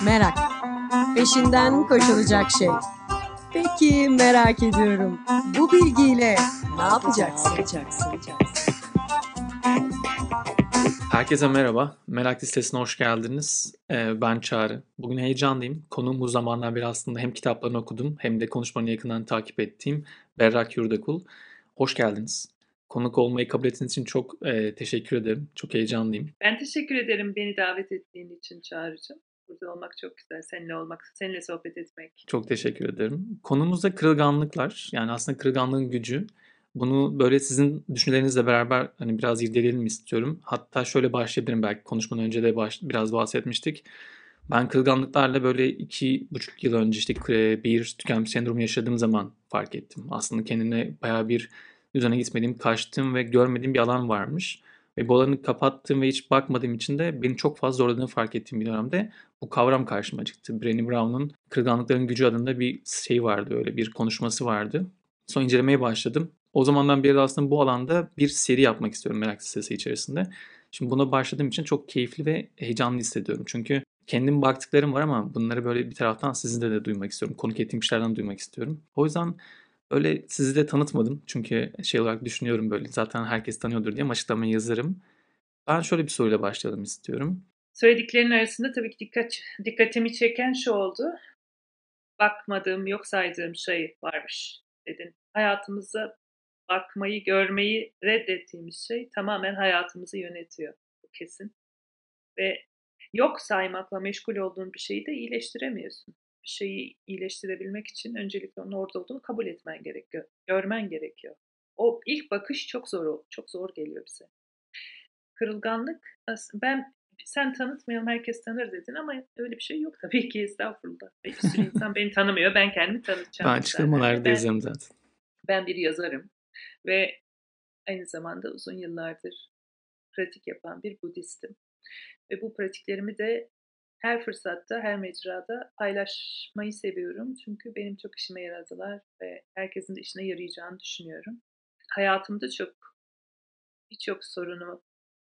Merak. Peşinden koşulacak şey. Peki merak ediyorum. Bu bilgiyle ne yapacaksın? Herkese merhaba. Merak Listesi'ne hoş geldiniz. Ben Çağrı. Bugün heyecanlıyım. Konuğum bu zamandan beri aslında hem kitaplarını okudum hem de konuşmalarını yakından takip ettiğim Berrak Yurdakul. Hoş geldiniz. Konuk olmayı kabul ettiğiniz için çok teşekkür ederim. Çok heyecanlıyım. Ben teşekkür ederim beni davet ettiğin için Çağrı'cığım. Burada olmak çok güzel. Seninle olmak, seninle sohbet etmek. Çok teşekkür ederim. Konumuz da kırılganlıklar. Yani aslında kırılganlığın gücü. Bunu böyle sizin düşüncelerinizle beraber hani biraz irdeleyelim istiyorum. Hatta şöyle başlayabilirim, belki konuşmadan önce de biraz bahsetmiştik. Ben kırılganlıklarla böyle 2,5 yıl önce işte bir tükenmiş sendromu yaşadığım zaman fark ettim. Aslında kendine bayağı bir üzerine gitmediğim, kaçtığım ve görmediğim bir alan varmış. Ve bu alanı kapattığım ve hiç bakmadığım için de beni çok fazla zorladığını fark ettiğim bir dönemde bu kavram karşıma çıktı. Brené Brown'un Kırılganlıkların Gücü adında bir şey vardı, öyle bir konuşması vardı. Sonra incelemeye başladım. O zamandan beri de aslında bu alanda bir seri yapmak istiyorum Merak Listesi içerisinde. Şimdi buna başladığım için çok keyifli ve heyecanlı hissediyorum. Çünkü kendim baktıklarım var ama bunları böyle bir taraftan sizin de duymak istiyorum. Konuk ettiğim kişilerden duymak istiyorum. O yüzden öyle sizi de tanıtmadım. Çünkü şey olarak düşünüyorum, böyle zaten herkes tanıyordur diye açıklamayı yazarım. Ben şöyle bir soruyla başlayalım istiyorum. Söylediklerin arasında tabii ki dikkatimi çeken şu oldu. Bakmadığım, yok saydığım şey varmış dedin. Hayatımıza bakmayı, görmeyi reddettiğimiz şey tamamen hayatımızı yönetiyor. Bu kesin. Ve yok saymakla meşgul olduğun bir şeyi de iyileştiremiyorsun. Bir şeyi iyileştirebilmek için öncelikle onun orada olduğunu kabul etmen gerekiyor. Görmen gerekiyor. O ilk bakış çok zor geliyor bize. Kırılganlık, sen tanıtmayalım herkes tanır dedin ama öyle bir şey yok tabii ki, estağfurullah. Bir sürü insan beni tanımıyor. Ben kendimi tanıtacağım Ben ilk zaten de. açıklamalarda yazarım zaten. Ben bir yazarım ve aynı zamanda uzun yıllardır pratik yapan bir Budistim. Ve bu pratiklerimi de her fırsatta, her mecrada paylaşmayı seviyorum. Çünkü benim çok işime yaradılar ve herkesin de işine yarayacağını düşünüyorum. Hayatımda birçok sorunu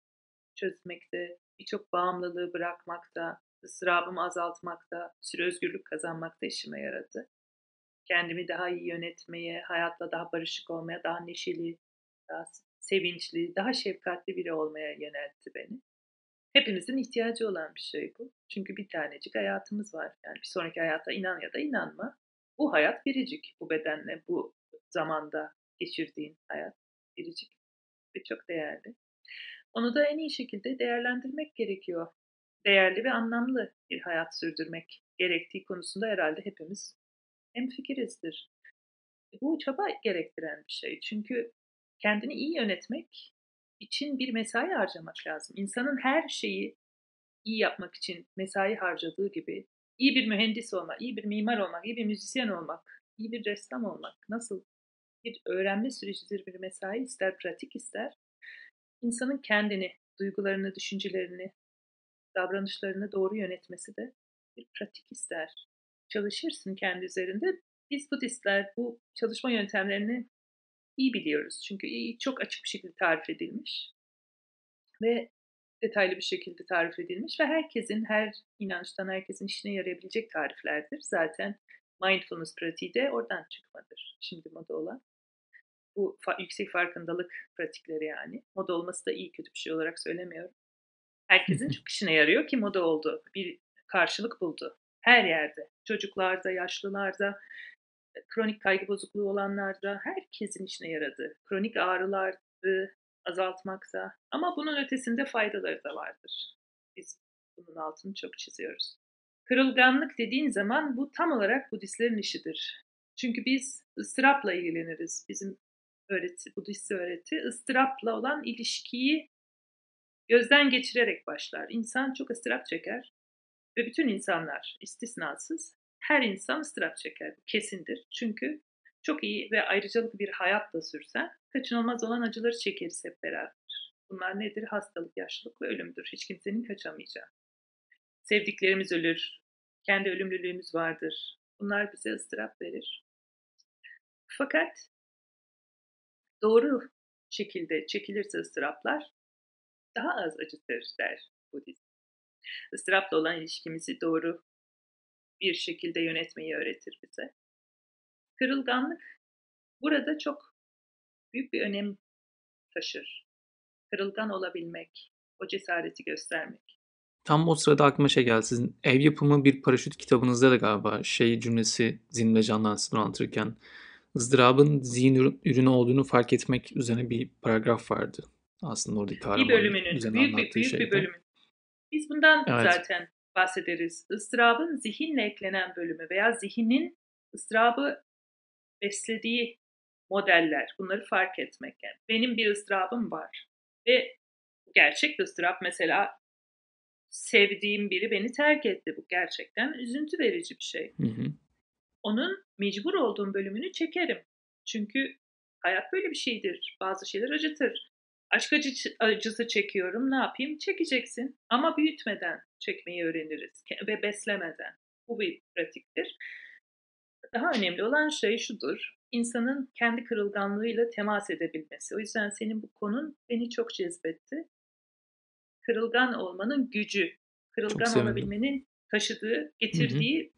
çözmekte, birçok bağımlılığı bırakmakta, ıstırabımı azaltmakta, bir sürü özgürlük kazanmakta işime yaradı. Kendimi daha iyi yönetmeye, hayatla daha barışık olmaya, daha neşeli, daha sevinçli, daha şefkatli biri olmaya yöneltti beni. Hepimizin ihtiyacı olan bir şey bu. Çünkü bir tanecik hayatımız var. Yani bir sonraki hayata inan ya da inanma. Bu hayat biricik. Bu bedenle, bu zamanda geçirdiğin hayat biricik ve çok değerli. Onu da en iyi şekilde değerlendirmek gerekiyor. Değerli ve anlamlı bir hayat sürdürmek gerektiği konusunda herhalde hepimiz hemfikirizdir. Bu çaba gerektiren bir şey. Çünkü kendini iyi yönetmek için bir mesai harcamak lazım. İnsanın her şeyi iyi yapmak için mesai harcadığı gibi iyi bir mühendis olmak, iyi bir mimar olmak, iyi bir müzisyen olmak, iyi bir ressam olmak nasıl bir öğrenme sürecidir, bir mesai ister, pratik ister. İnsanın kendini, duygularını, düşüncelerini, davranışlarını doğru yönetmesi de bir pratik ister. Çalışırsın kendi üzerinde. Biz Budistler bu çalışma yöntemlerini iyi biliyoruz. Çünkü çok açık bir şekilde tarif edilmiş ve detaylı bir şekilde tarif edilmiş ve herkesin, her inançtan herkesin işine yarayabilecek tariflerdir. Zaten mindfulness pratiği de oradan çıkmadır. Şimdi moda olan. Bu yüksek farkındalık pratikleri yani. Moda olması da iyi, kötü bir şey olarak söylemiyorum. Herkesin çok işine yarıyor ki moda oldu. Bir karşılık buldu. Her yerde. Çocuklarda, yaşlılarda, kronik kaygı bozukluğu olanlarda herkesin işine yaradı. Kronik ağrıları azaltmakta. Ama bunun ötesinde faydaları da vardır. Biz bunun altını çok çiziyoruz. Kırılganlık dediğin zaman bu tam olarak Budistlerin işidir. Çünkü biz ıstırapla ilgileniriz. Bizim Budist öğreti ıstırapla olan ilişkiyi gözden geçirerek başlar. İnsan çok ıstırap çeker ve bütün insanlar istisnasız her insan ıstırap çeker. Bu kesindir. Çünkü çok iyi ve ayrıcalıklı bir hayatla sürsen kaçınılmaz olan acıları çekeriz hep beraber. Bunlar nedir? Hastalık, yaşlılık ve ölümdür. Hiç kimsenin kaçamayacağı. Sevdiklerimiz ölür. Kendi ölümlülüğümüz vardır. Bunlar bize ıstırap verir. Fakat doğru şekilde çekilirse ıstıraplar daha az acıtır der Budizm. Istırapla olan ilişkimizi doğru bir şekilde yönetmeyi öğretir bize. Kırılganlık burada çok büyük bir önem taşır. Kırılgan olabilmek, o cesareti göstermek. Tam o sırada aklıma şey geldi. Sizin ev yapımı bir paraşüt kitabınızda da galiba şey cümlesi zihnimde canlansın bunu anlatırken. ızdırabın zihin ürünü olduğunu fark etmek üzerine bir paragraf vardı. Aslında oradaki Bir kahramanın bölümünün, üzerine büyük anlattığı bir şeyde. bölümün. Biz bundan Evet. zaten bahsederiz. Izdırabın zihinle eklenen bölümü veya zihnin ızdırabı beslediği modeller, bunları fark etmek. Yani benim bir ızdırabım var ve gerçek bir ızdırap, mesela sevdiğim biri beni terk etti. Bu gerçekten üzüntü verici bir şey. Hı hı. Onun mecbur olduğum bölümünü çekerim. Çünkü hayat böyle bir şeydir. Bazı şeyler acıtır. Aşk acısı çekiyorum. Ne yapayım? Çekeceksin. Ama büyütmeden çekmeyi öğreniriz. Ve beslemeden. Bu bir pratiktir. Daha önemli olan şey şudur: İnsanın kendi kırılganlığıyla temas edebilmesi. O yüzden senin bu konun beni çok cezbetti. Kırılgan olmanın gücü, Çok kırılgan sevindim. olabilmenin taşıdığı, Hı hı. getirdiği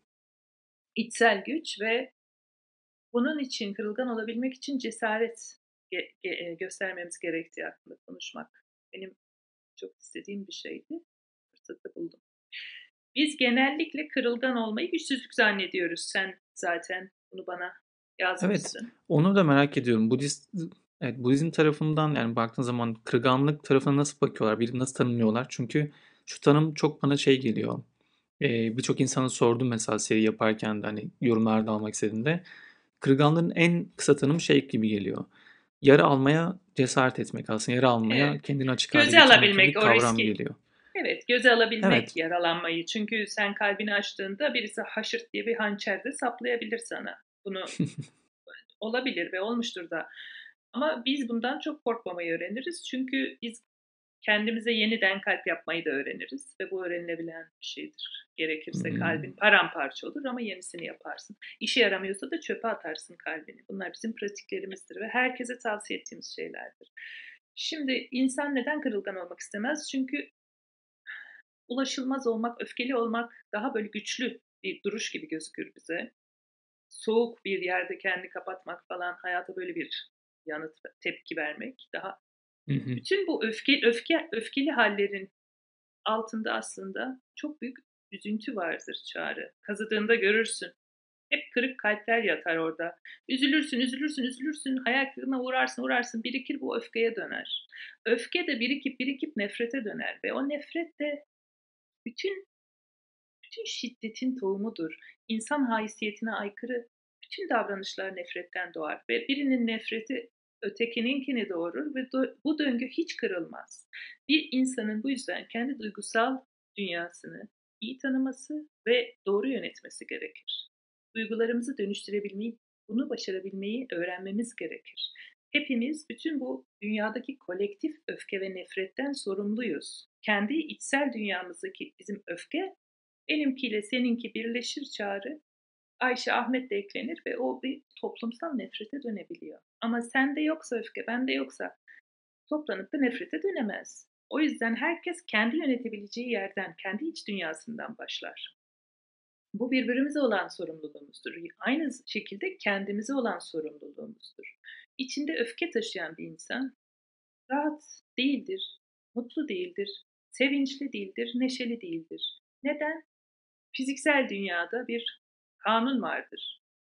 içsel güç ve bunun için, kırılgan olabilmek için cesaret göstermemiz gerektiği hakkında konuşmak benim çok istediğim bir şeydi. Fırsatı buldum. Biz genellikle kırılgan olmayı güçsüzlük zannediyoruz. Sen zaten bunu bana Evet. yazmışsın. Onu da merak ediyorum. Evet, Budizm tarafından yani baktığın zaman kırılganlık tarafına nasıl bakıyorlar? Bir nasıl tanımlıyorlar? Çünkü şu tanım çok bana şey geliyor. Birçok insana sordum mesela seri yaparken de hani yorumlarda almak istediğimde. Kırılganlığın en kısa tanımı şey gibi geliyor. Yara almaya cesaret etmek aslında. Yara Evet. almaya kendini açık hale Göze getirmek gibi bir alabilmek o kavram riski. geliyor. Evet, göze alabilmek Evet. yaralanmayı. Çünkü sen kalbini açtığında birisi haşırt diye bir hançer de saplayabilir sana. Bunu olabilir ve olmuştur da. Ama biz bundan çok korkmamayı öğreniriz. Çünkü biz kendimize yeniden kalp yapmayı da öğreniriz. Ve bu öğrenilebilen bir şeydir. Gerekirse kalbin paramparça olur ama yenisini yaparsın. İşe yaramıyorsa da çöpe atarsın kalbini. Bunlar bizim pratiklerimizdir ve herkese tavsiye ettiğimiz şeylerdir. Şimdi insan neden kırılgan olmak istemez? Çünkü ulaşılmaz olmak, öfkeli olmak daha böyle güçlü bir duruş gibi gözükür bize. Soğuk bir yerde kendini kapatmak falan, hayata böyle bir yanıt, tepki vermek daha. Hı hı. Bütün bu öfkeli hallerin altında aslında çok büyük üzüntü vardır Çağrı. Kazıdığında görürsün. Hep kırık kalpler yatar orada. Üzülürsün, üzülürsün, üzülürsün. Hayal kırıklığına uğrarsın. Birikir, bu öfkeye döner. Öfke de birikip nefrete döner. Ve o nefret de bütün şiddetin tohumudur. İnsan haysiyetine aykırı bütün davranışlar nefretten doğar. Ve birinin nefreti ötekininkini doğurur ve bu döngü hiç kırılmaz. Bir insanın bu yüzden kendi duygusal dünyasını iyi tanıması ve doğru yönetmesi gerekir. Duygularımızı dönüştürebilmeyi, bunu başarabilmeyi öğrenmemiz gerekir. Hepimiz bütün bu dünyadaki kolektif öfke ve nefretten sorumluyuz. Kendi içsel dünyamızdaki bizim öfke, benimkiyle seninki birleşir Çağrı, Ayşe, Ahmet de eklenir ve o bir toplumsal nefrete dönebiliyor. Ama sende yoksa öfke, bende yoksa toplanıp da nefrete dönemez. O yüzden herkes kendi yönetebileceği yerden, kendi iç dünyasından başlar. Bu birbirimize olan sorumluluğumuzdur. Aynı şekilde kendimize olan sorumluluğumuzdur. İçinde öfke taşıyan bir insan rahat değildir, mutlu değildir, sevinçli değildir, neşeli değildir. Neden? Fiziksel dünyada bir kanun vardır.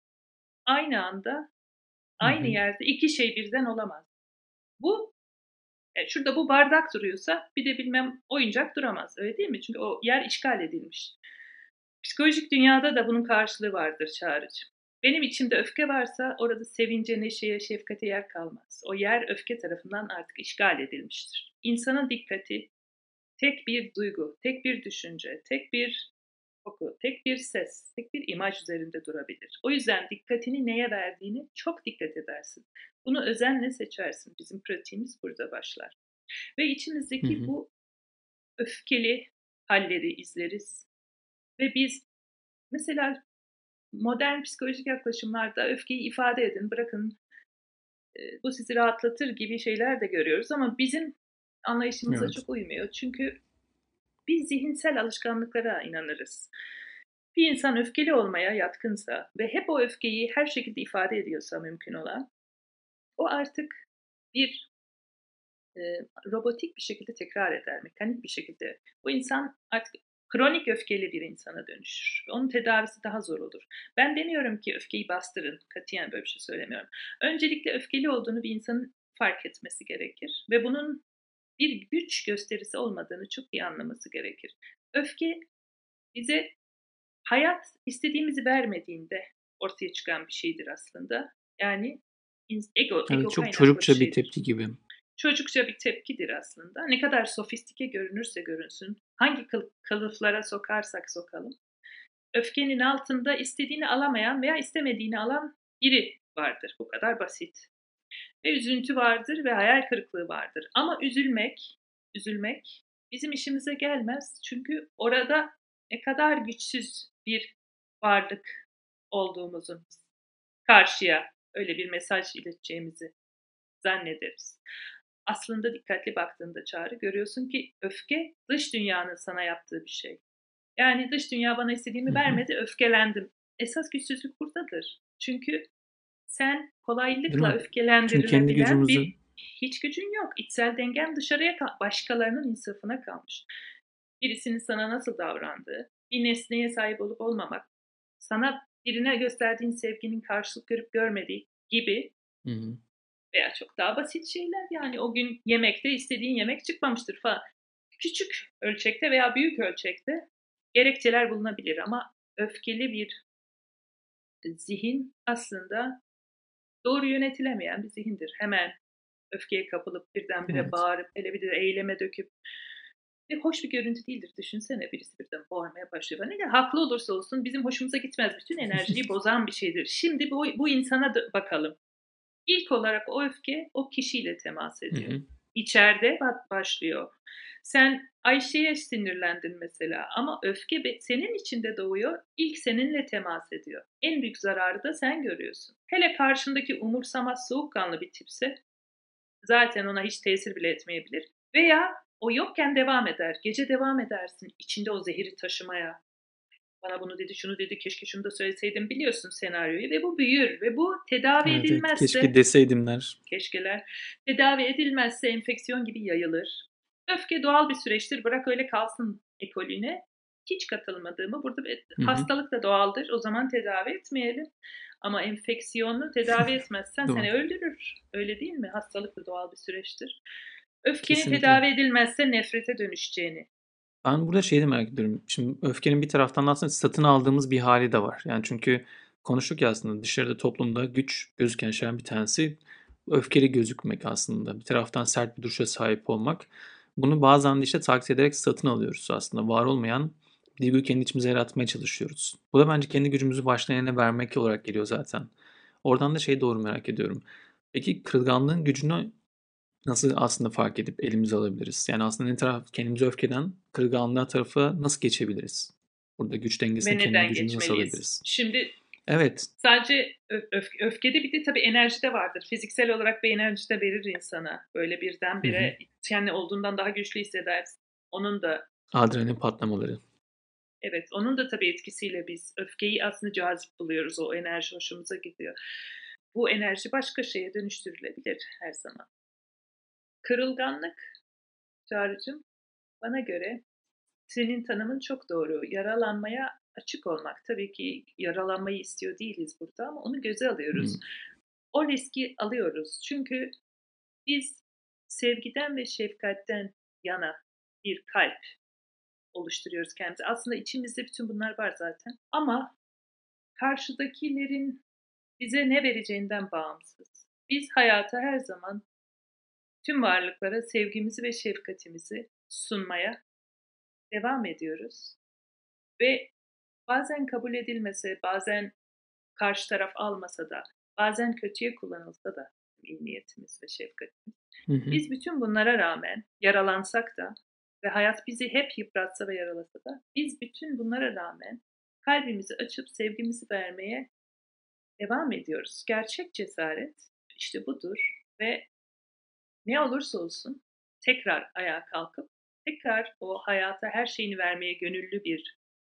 Aynı anda, Hı aynı hı. yerde iki şey birden olamaz. Bu, şurada bu bardak duruyorsa bir de bilmem oyuncak duramaz. Öyle değil mi? Çünkü o yer işgal edilmiş. Psikolojik dünyada da bunun karşılığı vardır Çağrı'cığım. Benim içimde öfke varsa orada sevince, neşeye, şefkate yer kalmaz. O yer öfke tarafından artık işgal edilmiştir. İnsanın dikkati tek bir duygu, tek bir düşünce, tek bir koku, tek bir ses, tek bir imaj üzerinde durabilir. O yüzden dikkatini neye verdiğini çok dikkat edersin. Bunu özenle seçersin. Bizim pratiğimiz burada başlar. Ve Hı içimizdeki hı. bu öfkeli halleri izleriz. Ve biz mesela modern psikolojik yaklaşımlarda öfkeyi ifade edin, bırakın bu sizi rahatlatır gibi şeyler de görüyoruz. Ama bizim anlayışımıza Evet. çok uymuyor. Çünkü biz zihinsel alışkanlıklara inanırız. Bir insan öfkeli olmaya yatkınsa ve hep o öfkeyi her şekilde ifade ediyorsa mümkün olan, o artık bir robotik bir şekilde tekrar eder, mekanik bir şekilde. Bu insan artık kronik öfkeli bir insana dönüşür. Onun tedavisi daha zor olur. Ben demiyorum ki öfkeyi bastırın, katiyen böyle bir şey söylemiyorum. Öncelikle öfkeli olduğunu bir insanın fark etmesi gerekir ve bunun bir güç gösterisi olmadığını çok iyi anlaması gerekir. Öfke bize hayat istediğimizi vermediğinde ortaya çıkan bir şeydir aslında. Yani Evet, ego çok kaynaklı bir çocukça bir şeydir. tepki gibi. Çocukça bir tepkidir aslında. Ne kadar sofistike görünürse görünsün, hangi kılıflara sokarsak sokalım, öfkenin altında istediğini alamayan veya istemediğini alan biri vardır. Bu kadar basit. Ve üzüntü vardır ve hayal kırıklığı vardır. Ama üzülmek bizim işimize gelmez. Çünkü orada ne kadar güçsüz bir varlık olduğumuzun karşıya öyle bir mesaj ileteceğimizi zannederiz. Aslında dikkatli baktığında Çağrı görüyorsun ki öfke dış dünyanın sana yaptığı bir şey. Yani dış dünya bana istediğimi Hı hı. vermedi, öfkelendim. Esas güçsüzlük buradadır. Çünkü sen Değil kolaylıkla mi? Çünkü kendi öfkelendirilebilen gücümüzü bir hiç gücün yok. İçsel dengen dışarıya başkalarının insafına kalmış. Birisinin sana nasıl davrandığı, bir nesneye sahip olup olmamak, sana birine gösterdiğin sevginin karşılık görüp görmediği gibi Hı hı. veya çok daha basit şeyler yani o gün yemekte istediğin yemek çıkmamıştır falan. Küçük ölçekte veya büyük ölçekte gerekçeler bulunabilir ama öfkeli bir zihin aslında doğru yönetilemeyen bir zihindir. Hemen öfkeye kapılıp birdenbire Evet. bağırıp hele bir de eyleme döküp hoş bir görüntü değildir. Düşünsene birisi birden bağırmaya başlıyor. Ne de haklı olursa olsun bizim hoşumuza gitmez. Bütün enerjiyi bozan bir şeydir. Şimdi bu insana bakalım. İlk olarak o öfke o kişiyle temas Hı ediyor. hı. İçeride başlıyor. Sen Ayşe'ye sinirlendin mesela ama öfke senin içinde doğuyor, ilk seninle temas ediyor. En büyük zararı da sen görüyorsun. Hele karşındaki umursamaz, soğukkanlı bir tipse zaten ona hiç tesir bile etmeyebilir. Veya o yokken devam eder, gece devam edersin içinde o zehiri taşımaya. Bana bunu dedi, şunu dedi, keşke şunu da söyleseydim biliyorsun senaryoyu ve bu büyür ve bu tedavi Evet, evet. Keşke edilmezse deseydimler. keşkeler. Tedavi edilmezse enfeksiyon gibi yayılır. Öfke doğal bir süreçtir. Bırak öyle kalsın ekolüne. Hiç katılmadığımı burada Hı hı. hastalık da doğaldır. O zaman tedavi etmeyelim. Ama enfeksiyonu tedavi etmezsen Doğru. seni öldürür. Öyle değil mi? Hastalık da doğal bir süreçtir. Öfkenin Kesinlikle. tedavi edilmezse nefrete dönüşeceğini. Ben burada şeyi de merak ediyorum. Şimdi öfkenin bir taraftan da aslında satın aldığımız bir hali de var. Yani çünkü konuştuk ya aslında dışarıda toplumda güç gözüken şeylerden bir tanesi öfkeli gözükmek aslında. Bir taraftan sert bir duruşa sahip olmak. Bunu bazen de işte taklit ederek satın alıyoruz aslında. Var olmayan bir duyguyu kendi içimize yaratmaya çalışıyoruz. Bu da bence kendi gücümüzü baştan eline vermek olarak geliyor zaten. Oradan da şeyi doğru merak ediyorum. Peki kırılganlığın gücünü nasıl aslında fark edip elimize alabiliriz? Yani aslında ne taraf kendimizi öfkeden kırılganlığa tarafa nasıl geçebiliriz? Burada güç Ve dengesini kendi neden gücümüze nasıl geçmeliyiz? alabiliriz? Şimdi Evet. sadece öfkede bir de tabii enerji de vardır. Fiziksel olarak bir enerji de verir insana. Böyle Hı hı. birdenbire kendi olduğundan daha güçlü hissedersin. Onun da Adrenalin patlamaları. evet, onun da tabii etkisiyle biz öfkeyi aslında cazip buluyoruz. O enerji hoşumuza gidiyor. Bu enerji başka şeye dönüştürülebilir her zaman. Kırılganlık Çağrı'cığım bana göre senin tanımın çok doğru. Yaralanmaya açık olmak. Tabii ki yaralanmayı istiyor değiliz burada ama onu göze Hı. alıyoruz. O riski alıyoruz. Çünkü biz sevgiden ve şefkatten yana bir kalp oluşturuyoruz kendimize. Aslında içimizde bütün bunlar var zaten. Ama karşıdakilerin bize ne vereceğinden bağımsız. Biz hayata her zaman tüm varlıklara sevgimizi ve şefkatimizi sunmaya devam ediyoruz. Ve bazen kabul edilmese, bazen karşı taraf almasa da, bazen kötüye kullanılsa da iyi niyetimiz ve şefkatimiz. Hı hı. Biz bütün bunlara rağmen yaralansak da ve hayat bizi hep yıpratsa ve yaralasa da biz bütün bunlara rağmen kalbimizi açıp sevgimizi vermeye devam ediyoruz. Gerçek cesaret işte budur ve ne olursa olsun tekrar ayağa kalkıp tekrar o hayata her şeyini vermeye gönüllü bir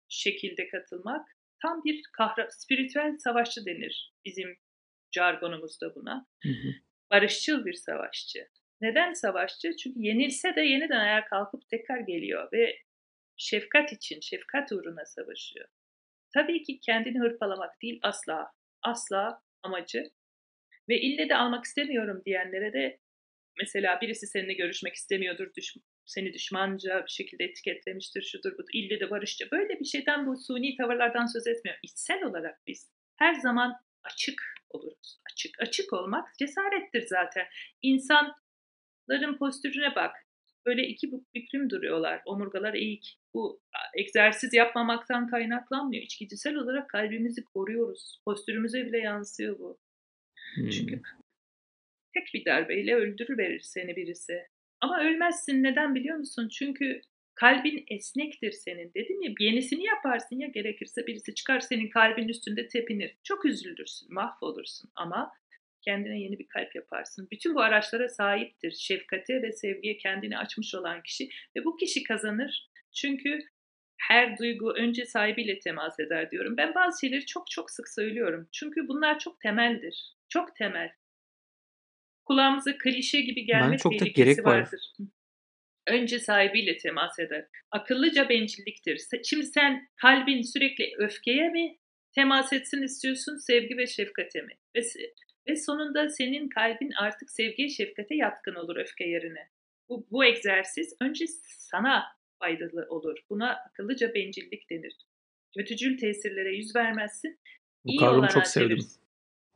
şekilde katılmak tam bir spiritüel savaşçı denir bizim jargonumuzda buna. Hı hı. Barışçıl bir savaşçı. Neden savaşçı? Çünkü yenilse de yeniden ayağa kalkıp tekrar geliyor ve şefkat için, şefkat uğruna savaşıyor. Tabii ki kendini hırpalamak değil asla, asla amacı. Ve ille de almak istemiyorum diyenlere de mesela birisi seninle görüşmek istemiyordur, seni düşmanca bir şekilde etiketlemiştir, şudur budur, ille de barışçı. Böyle bir şeyden, bu suni tavırlardan söz etmiyorum. İçsel olarak biz her zaman açık oluruz. Açık. Açık olmak cesarettir zaten. İnsanların postürüne bak. Böyle iki büklüm duruyorlar. Omurgalar eğik. Bu egzersiz yapmamaktan kaynaklanmıyor. İçgüdüsel olarak kalbimizi koruyoruz. Postürümüze bile yansıyor bu. Çünkü tek bir darbeyle öldürüverir seni birisi. Ama ölmezsin. Neden biliyor musun? Çünkü kalbin esnektir senin. Dedim ya, yenisini yaparsın ya, gerekirse birisi çıkar senin kalbin üstünde tepinir. Çok üzülürsün, mahvolursun ama kendine yeni bir kalp yaparsın. Bütün bu araçlara sahiptir. Şefkate ve sevgiye kendini açmış olan kişi ve bu kişi kazanır. Çünkü her duygu önce sahibiyle temas eder diyorum. Ben bazı şeyleri çok çok sık söylüyorum. Çünkü bunlar çok temeldir. Çok temel. Kulağımıza klişe gibi Bence gelme çok da tehlikesi gerek var. vardır. Önce sahibiyle temas eder. Akıllıca bencilliktir. Şimdi sen kalbin sürekli öfkeye mi temas etsin istiyorsun, sevgi ve şefkate mi? Ve sonunda senin kalbin artık sevgiye, şefkate yatkın olur öfke yerine. Bu egzersiz önce sana faydalı olur. Buna akıllıca bencillik denir. Kötücül tesirlere yüz vermezsin, Bu iyi kavramı çok olana sevdim. çevirsin.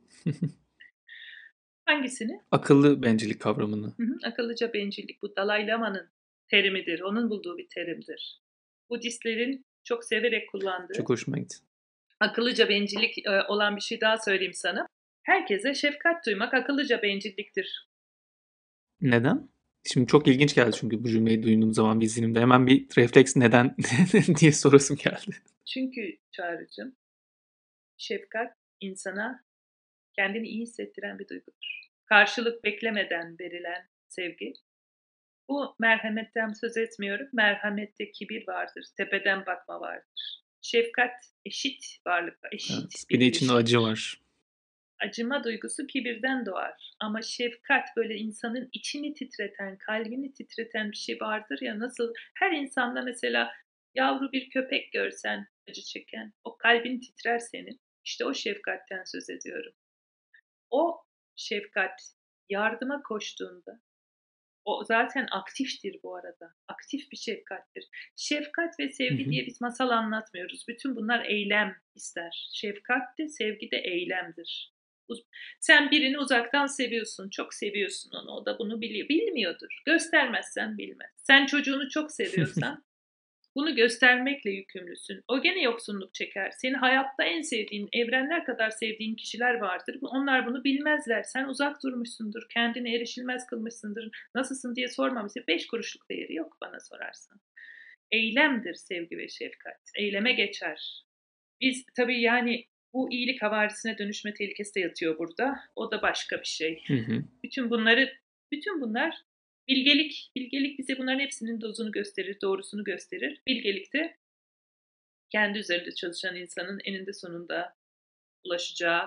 Hangisini? Akıllı bencillik kavramını. Hı hı, akıllıca bencillik. Bu Dalai Lama'nın terimidir. Onun bulduğu bir terimdir. Budistlerin çok severek kullandığı Çok hoşuma gitti. akıllıca bencillik olan bir şey daha söyleyeyim sana. Herkese şefkat duymak akıllıca bencilliktir. Neden? Şimdi çok ilginç geldi çünkü bu cümleyi duyduğum zaman bir zihnimde hemen bir refleks neden diye sorasım geldi. Çünkü Çağrı'cığım, şefkat insana kendini iyi hissettiren bir duygudur. Karşılık beklemeden verilen sevgi. Bu merhametten söz etmiyorum. Merhamette kibir vardır, tepeden bakma vardır. Şefkat eşit varlıklar, eşit Evet. bir Bir de içinde ilişkidir. acı var. Acıma duygusu kibirden doğar. Ama şefkat böyle insanın içini titreten, kalbini titreten bir şey vardır ya, nasıl her insanda mesela yavru bir köpek görsen acı çeken, o kalbin titrer senin. İşte o şefkatten söz ediyorum. O şefkat yardıma koştuğunda, o zaten aktiftir bu arada. Aktif bir şefkattir. Şefkat ve Hı sevgi hı. diye biz masal anlatmıyoruz. Bütün bunlar eylem ister. Şefkat de sevgi de eylemdir. Sen birini uzaktan seviyorsun. Çok seviyorsun onu. O da bunu biliyor. Bilmiyordur. Göstermezsen bilmez. Sen çocuğunu çok seviyorsan bunu göstermekle yükümlüsün. O gene yoksunluk çeker. Seni hayatta en sevdiğin, evrenler kadar sevdiğin kişiler vardır. Onlar bunu bilmezler. Sen uzak durmuşsundur, kendine erişilmez kılmışsındır. Nasılsın diye sormamışsın. 5 kuruşluk değeri yok bana sorarsan. Eylemdir sevgi ve şefkat. Eyleme geçer. Biz tabii yani bu iyilik havarisine dönüşme tehlikesi de yatıyor burada. O da başka bir şey. Hı hı. Bütün bunlar bilgelik bize bunların hepsinin dozunu gösterir, doğrusunu gösterir. Bilgelik de kendi üzerinde çalışan insanın eninde sonunda ulaşacağı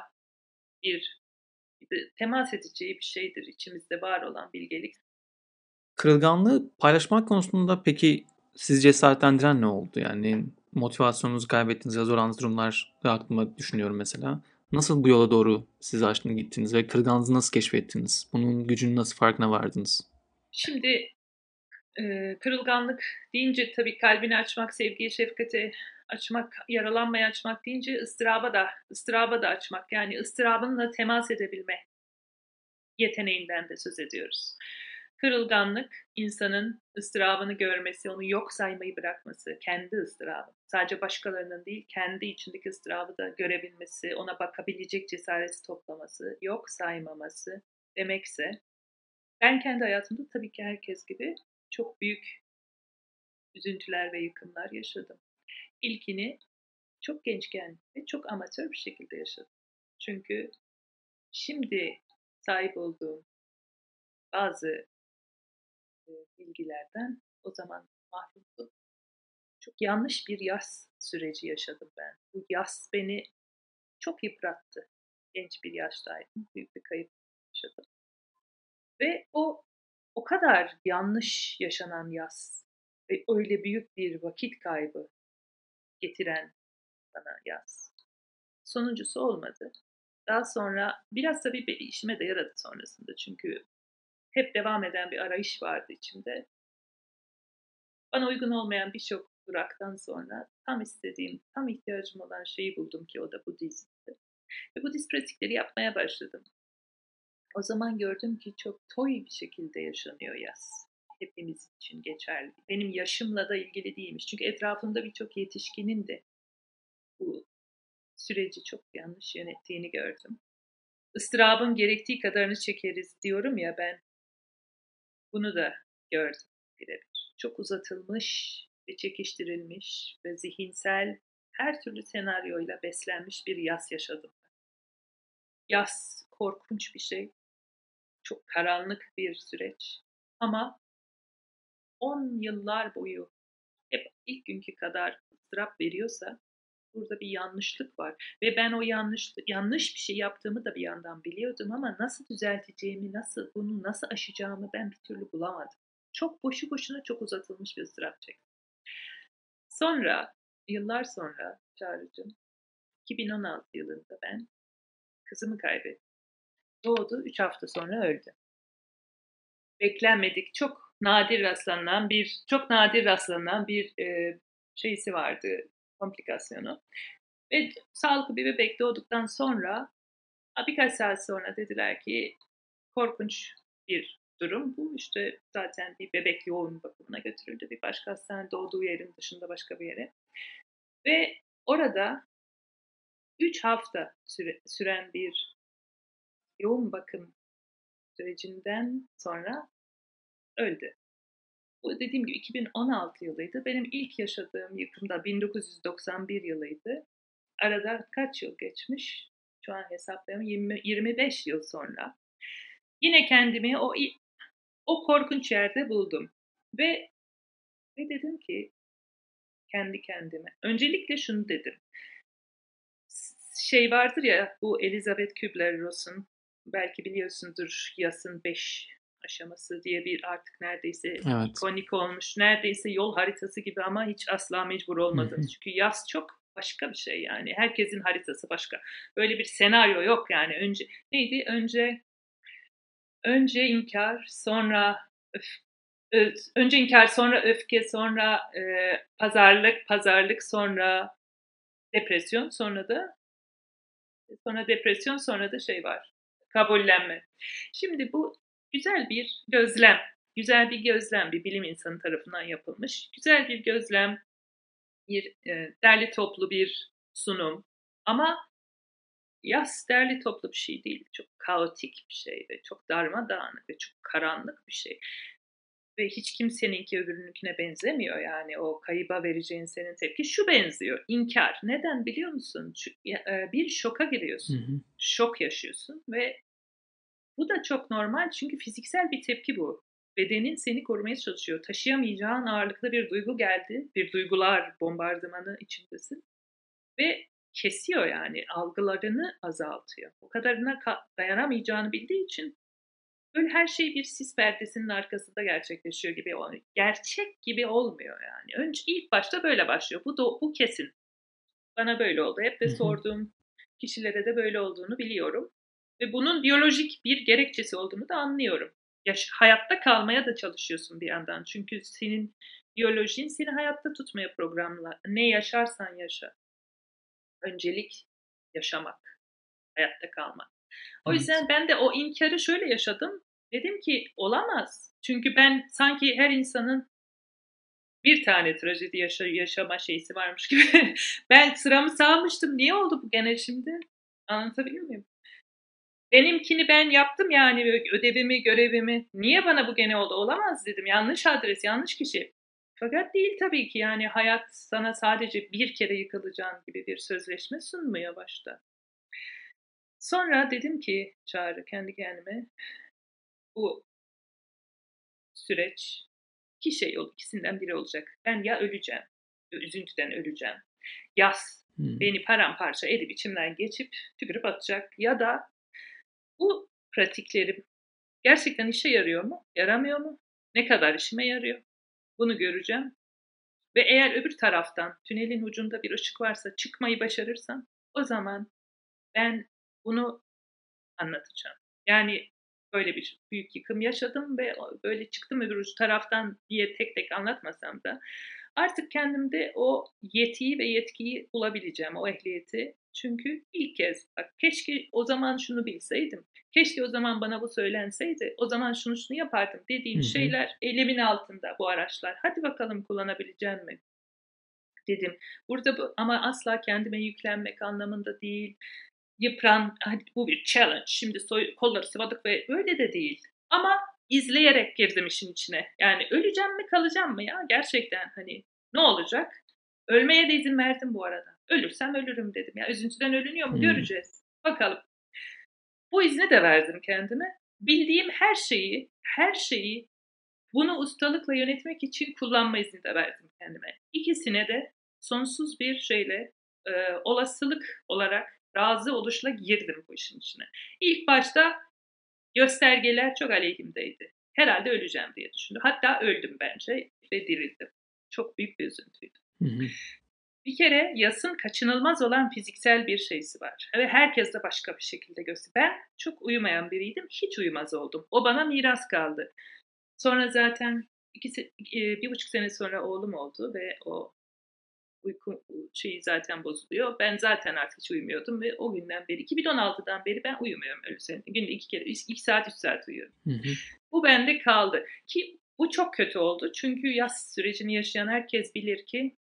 bir temas edeceği bir şeydir. İçimizde var olan bilgelik. Kırılganlığı paylaşmak konusunda peki sizi cesaretlendiren ne oldu? Yani motivasyonunuzu kaybettiğiniz ya zor aldığınız durumlar aklıma düşünüyorum mesela. Nasıl bu yola doğru siz açtınız gittiniz ve kırılganlığınızı nasıl keşfettiniz? Bunun gücünün nasıl farkına vardınız? Şimdi kırılganlık deyince tabii kalbini açmak, sevgiye, şefkate açmak, yaralanmaya açmak deyince ıstıraba da açmak. Yani ıstırabınla temas edebilme yeteneğinden de söz ediyoruz. Kırılganlık, insanın ıstırabını görmesi, onu yok saymayı bırakması, kendi ıstırabı. Sadece başkalarının değil, kendi içindeki ıstırabı da görebilmesi, ona bakabilecek cesareti toplaması, yok saymaması demekse, ben kendi hayatımda tabii ki herkes gibi çok büyük üzüntüler ve yıkımlar yaşadım. İlkini çok gençken ve çok amatör bir şekilde yaşadım. Çünkü şimdi sahip olduğum bazı bilgilerden o zaman mahrumdum. Çok yanlış bir yaş süreci yaşadım ben. Bu yas beni çok yıprattı. Genç bir yaştaydım. Büyük bir kayıp yaşadım. Ve o kadar yanlış yaşanan yas ve öyle büyük bir vakit kaybı getiren bana yas. Sonuncusu olmadı. Daha sonra biraz tabii bir işime de yaradı sonrasında. Çünkü hep devam eden bir arayış vardı içimde. Bana uygun olmayan birçok duraktan sonra tam istediğim, tam ihtiyacım olan şeyi buldum ki o da Budizm'di. Ve Budist pratikleri yapmaya başladım. O zaman gördüm ki çok toy bir şekilde yaşanıyor yas. Hepimiz için geçerli. Benim yaşımla da ilgili değilmiş. Çünkü etrafımda birçok yetişkinin de bu süreci çok yanlış yönettiğini gördüm. Istırabın gerektiği kadarını çekeriz diyorum ya ben. Bunu da gördüm birebir. Çok uzatılmış ve çekiştirilmiş ve zihinsel her türlü senaryoyla beslenmiş bir yas yaşadım. Yas korkunç bir şey. Çok karanlık bir süreç. Ama 10 yıllar boyu hep ilk günkü kadar ıstırap veriyorsa burada bir yanlışlık var. Ve ben o yanlış bir şey yaptığımı da bir yandan biliyordum ama nasıl düzelteceğimi, bunu nasıl aşacağımı ben bir türlü bulamadım. Çok boşu boşuna çok uzatılmış bir ıstırap çektim. Sonra, yıllar sonra Çağrı'cığım, 2016 yılında ben kızımı kaybettim. Doğdu, 3 hafta sonra öldü. Beklenmedik, çok nadir rastlanan bir şeysi vardı, komplikasyonu. Ve sağlıklı bir bebek doğduktan sonra birkaç saat sonra dediler ki korkunç bir durum bu. İşte zaten bir bebek yoğun bakımına götürüldü. Bir başka hastane doğduğu yerin dışında başka bir yere. Ve orada 3 hafta süren bir yoğun bakım sürecinden sonra öldü. Bu dediğim gibi 2016 yılıydı. Benim ilk yaşadığım yıkımda 1991 yılıydı. Arada kaç yıl geçmiş? Şu an hesaplayamıyorum. 25 yıl sonra. Yine kendimi o korkunç yerde buldum. Ve dedim ki kendi kendime. Öncelikle şunu dedim. Şey vardır ya bu Elizabeth Kübler-Ross'un belki biliyorsundur Yas'ın 5 aşaması diye bir artık neredeyse Evet. ikonik olmuş. Neredeyse yol haritası gibi ama hiç asla mecbur olmadınız. Çünkü Yas çok başka bir şey yani. Herkesin haritası başka. Böyle bir senaryo yok yani. Neydi? Önce inkar, sonra önce inkar, sonra öfke, sonra pazarlık, sonra depresyon, sonra depresyon, sonra da şey var. Kabullenme. Şimdi bu güzel bir gözlem. Güzel bir gözlem, bir bilim insanı tarafından yapılmış. Güzel bir gözlem, bir derli toplu bir sunum. Ama yas derli toplu bir şey değil. Çok kaotik bir şey ve çok darmadağınık ve çok karanlık bir şey. Ve hiç kimseninki öbürününkine benzemiyor yani o kayıba vereceğin senin tepki şu benziyor inkar. Neden biliyor musun? Bir şoka giriyorsun. Şok yaşıyorsun ve bu da çok normal çünkü fiziksel bir tepki bu. Bedenin seni korumaya çalışıyor. Taşıyamayacağın ağırlıkta bir duygu geldi. Bir duygular bombardımanı içindesin. Ve kesiyor yani algılarını azaltıyor. O kadarına dayanamayacağını bildiği için böyle her şey bir sis perdesinin arkasında gerçekleşiyor gibi oluyor. Gerçek gibi olmuyor yani. İlk başta böyle başlıyor. Bu kesin. Bana böyle oldu. Hep de sorduğum kişilere de böyle olduğunu biliyorum. Ve bunun biyolojik bir gerekçesi olduğunu da anlıyorum. Hayatta kalmaya da çalışıyorsun bir yandan. Çünkü senin biyolojin seni hayatta tutmaya programlı. Ne yaşarsan yaşa. Öncelik yaşamak, hayatta kalmak. O yüzden ben de o inkarı şöyle yaşadım. Dedim ki olamaz. Çünkü ben sanki her insanın bir tane trajedi yaşama şeysi varmış gibi. Ben sıramı salmıştım. Niye oldu bu gene şimdi? Anlatabiliyor muyum? Benimkini ben yaptım yani ödevimi, görevimi. Niye bana bu gene oldu? Olamaz dedim. Yanlış adres, yanlış kişi. Fakat değil tabii ki yani hayat sana sadece bir kere yıkılacağın gibi bir sözleşme sunmuyor başta. Sonra dedim ki Çağrı kendi kendime bu süreç ikisinden biri olacak. Ben ya öleceğim, üzüntüden öleceğim Yas Hımm. beni paramparça edip içimden geçip tükürüp atacak ya da bu pratiklerim gerçekten işe yarıyor mu, yaramıyor mu? Ne kadar işime yarıyor? Bunu göreceğim ve eğer öbür taraftan tünelin ucunda bir ışık varsa çıkmayı başarırsam o zaman ben bunu anlatacağım. Yani böyle bir büyük yıkım yaşadım ve böyle çıktım öbür uç taraftan diye tek tek anlatmasam da artık kendimde o yetiyi ve yetkiyi bulabileceğim, o ehliyeti. Çünkü ilk kez bak keşke o zaman şunu bilseydim, keşke o zaman bana bu söylenseydi, o zaman şunu yapardım Hı dediğim hı. şeyler elimin altında bu araçlar. Hadi bakalım kullanabileceğim mi dedim. Burada ama asla kendime yüklenmek anlamında değil, hadi bu bir challenge, şimdi kolları sıvadık ve böyle de değil. Ama izleyerek girdim işin içine. Yani öleceğim mi kalacağım mı ya gerçekten hani ne olacak? Ölmeye de izin verdim bu arada. Ölürsem ölürüm dedim. Ya üzüntüden ölünüyor mu Hımm. göreceğiz. Bakalım. Bu izni de verdim kendime. Bildiğim her şeyi bunu ustalıkla yönetmek için kullanma izni de verdim kendime. İkisine de sonsuz bir şeyle, olasılık olarak razı oluşla girdim bu işin içine. İlk başta göstergeler çok aleyhimdeydi. Herhalde öleceğim diye düşündüm. Hatta öldüm bence ve dirildim. Çok büyük bir üzüntüydü. Hı hı. Bir kere yasın kaçınılmaz olan fiziksel bir şeysi var ve herkes de başka bir şekilde gösteriyor. Ben çok uyumayan biriydim, hiç uyumaz oldum. O bana miras kaldı. Sonra zaten 1,5 sene sonra oğlum oldu ve o uyku şeyi zaten bozuluyor. Ben zaten artık hiç uyumuyordum ve o günden beri, 2016'dan beri ben uyumuyorum öyle söyleyeyim. Günde 2 kere, 2 saat, 3 saat uyuyorum. Hı hı. Bu bende kaldı ki bu çok kötü oldu. Çünkü yaz sürecini yaşayan herkes bilir ki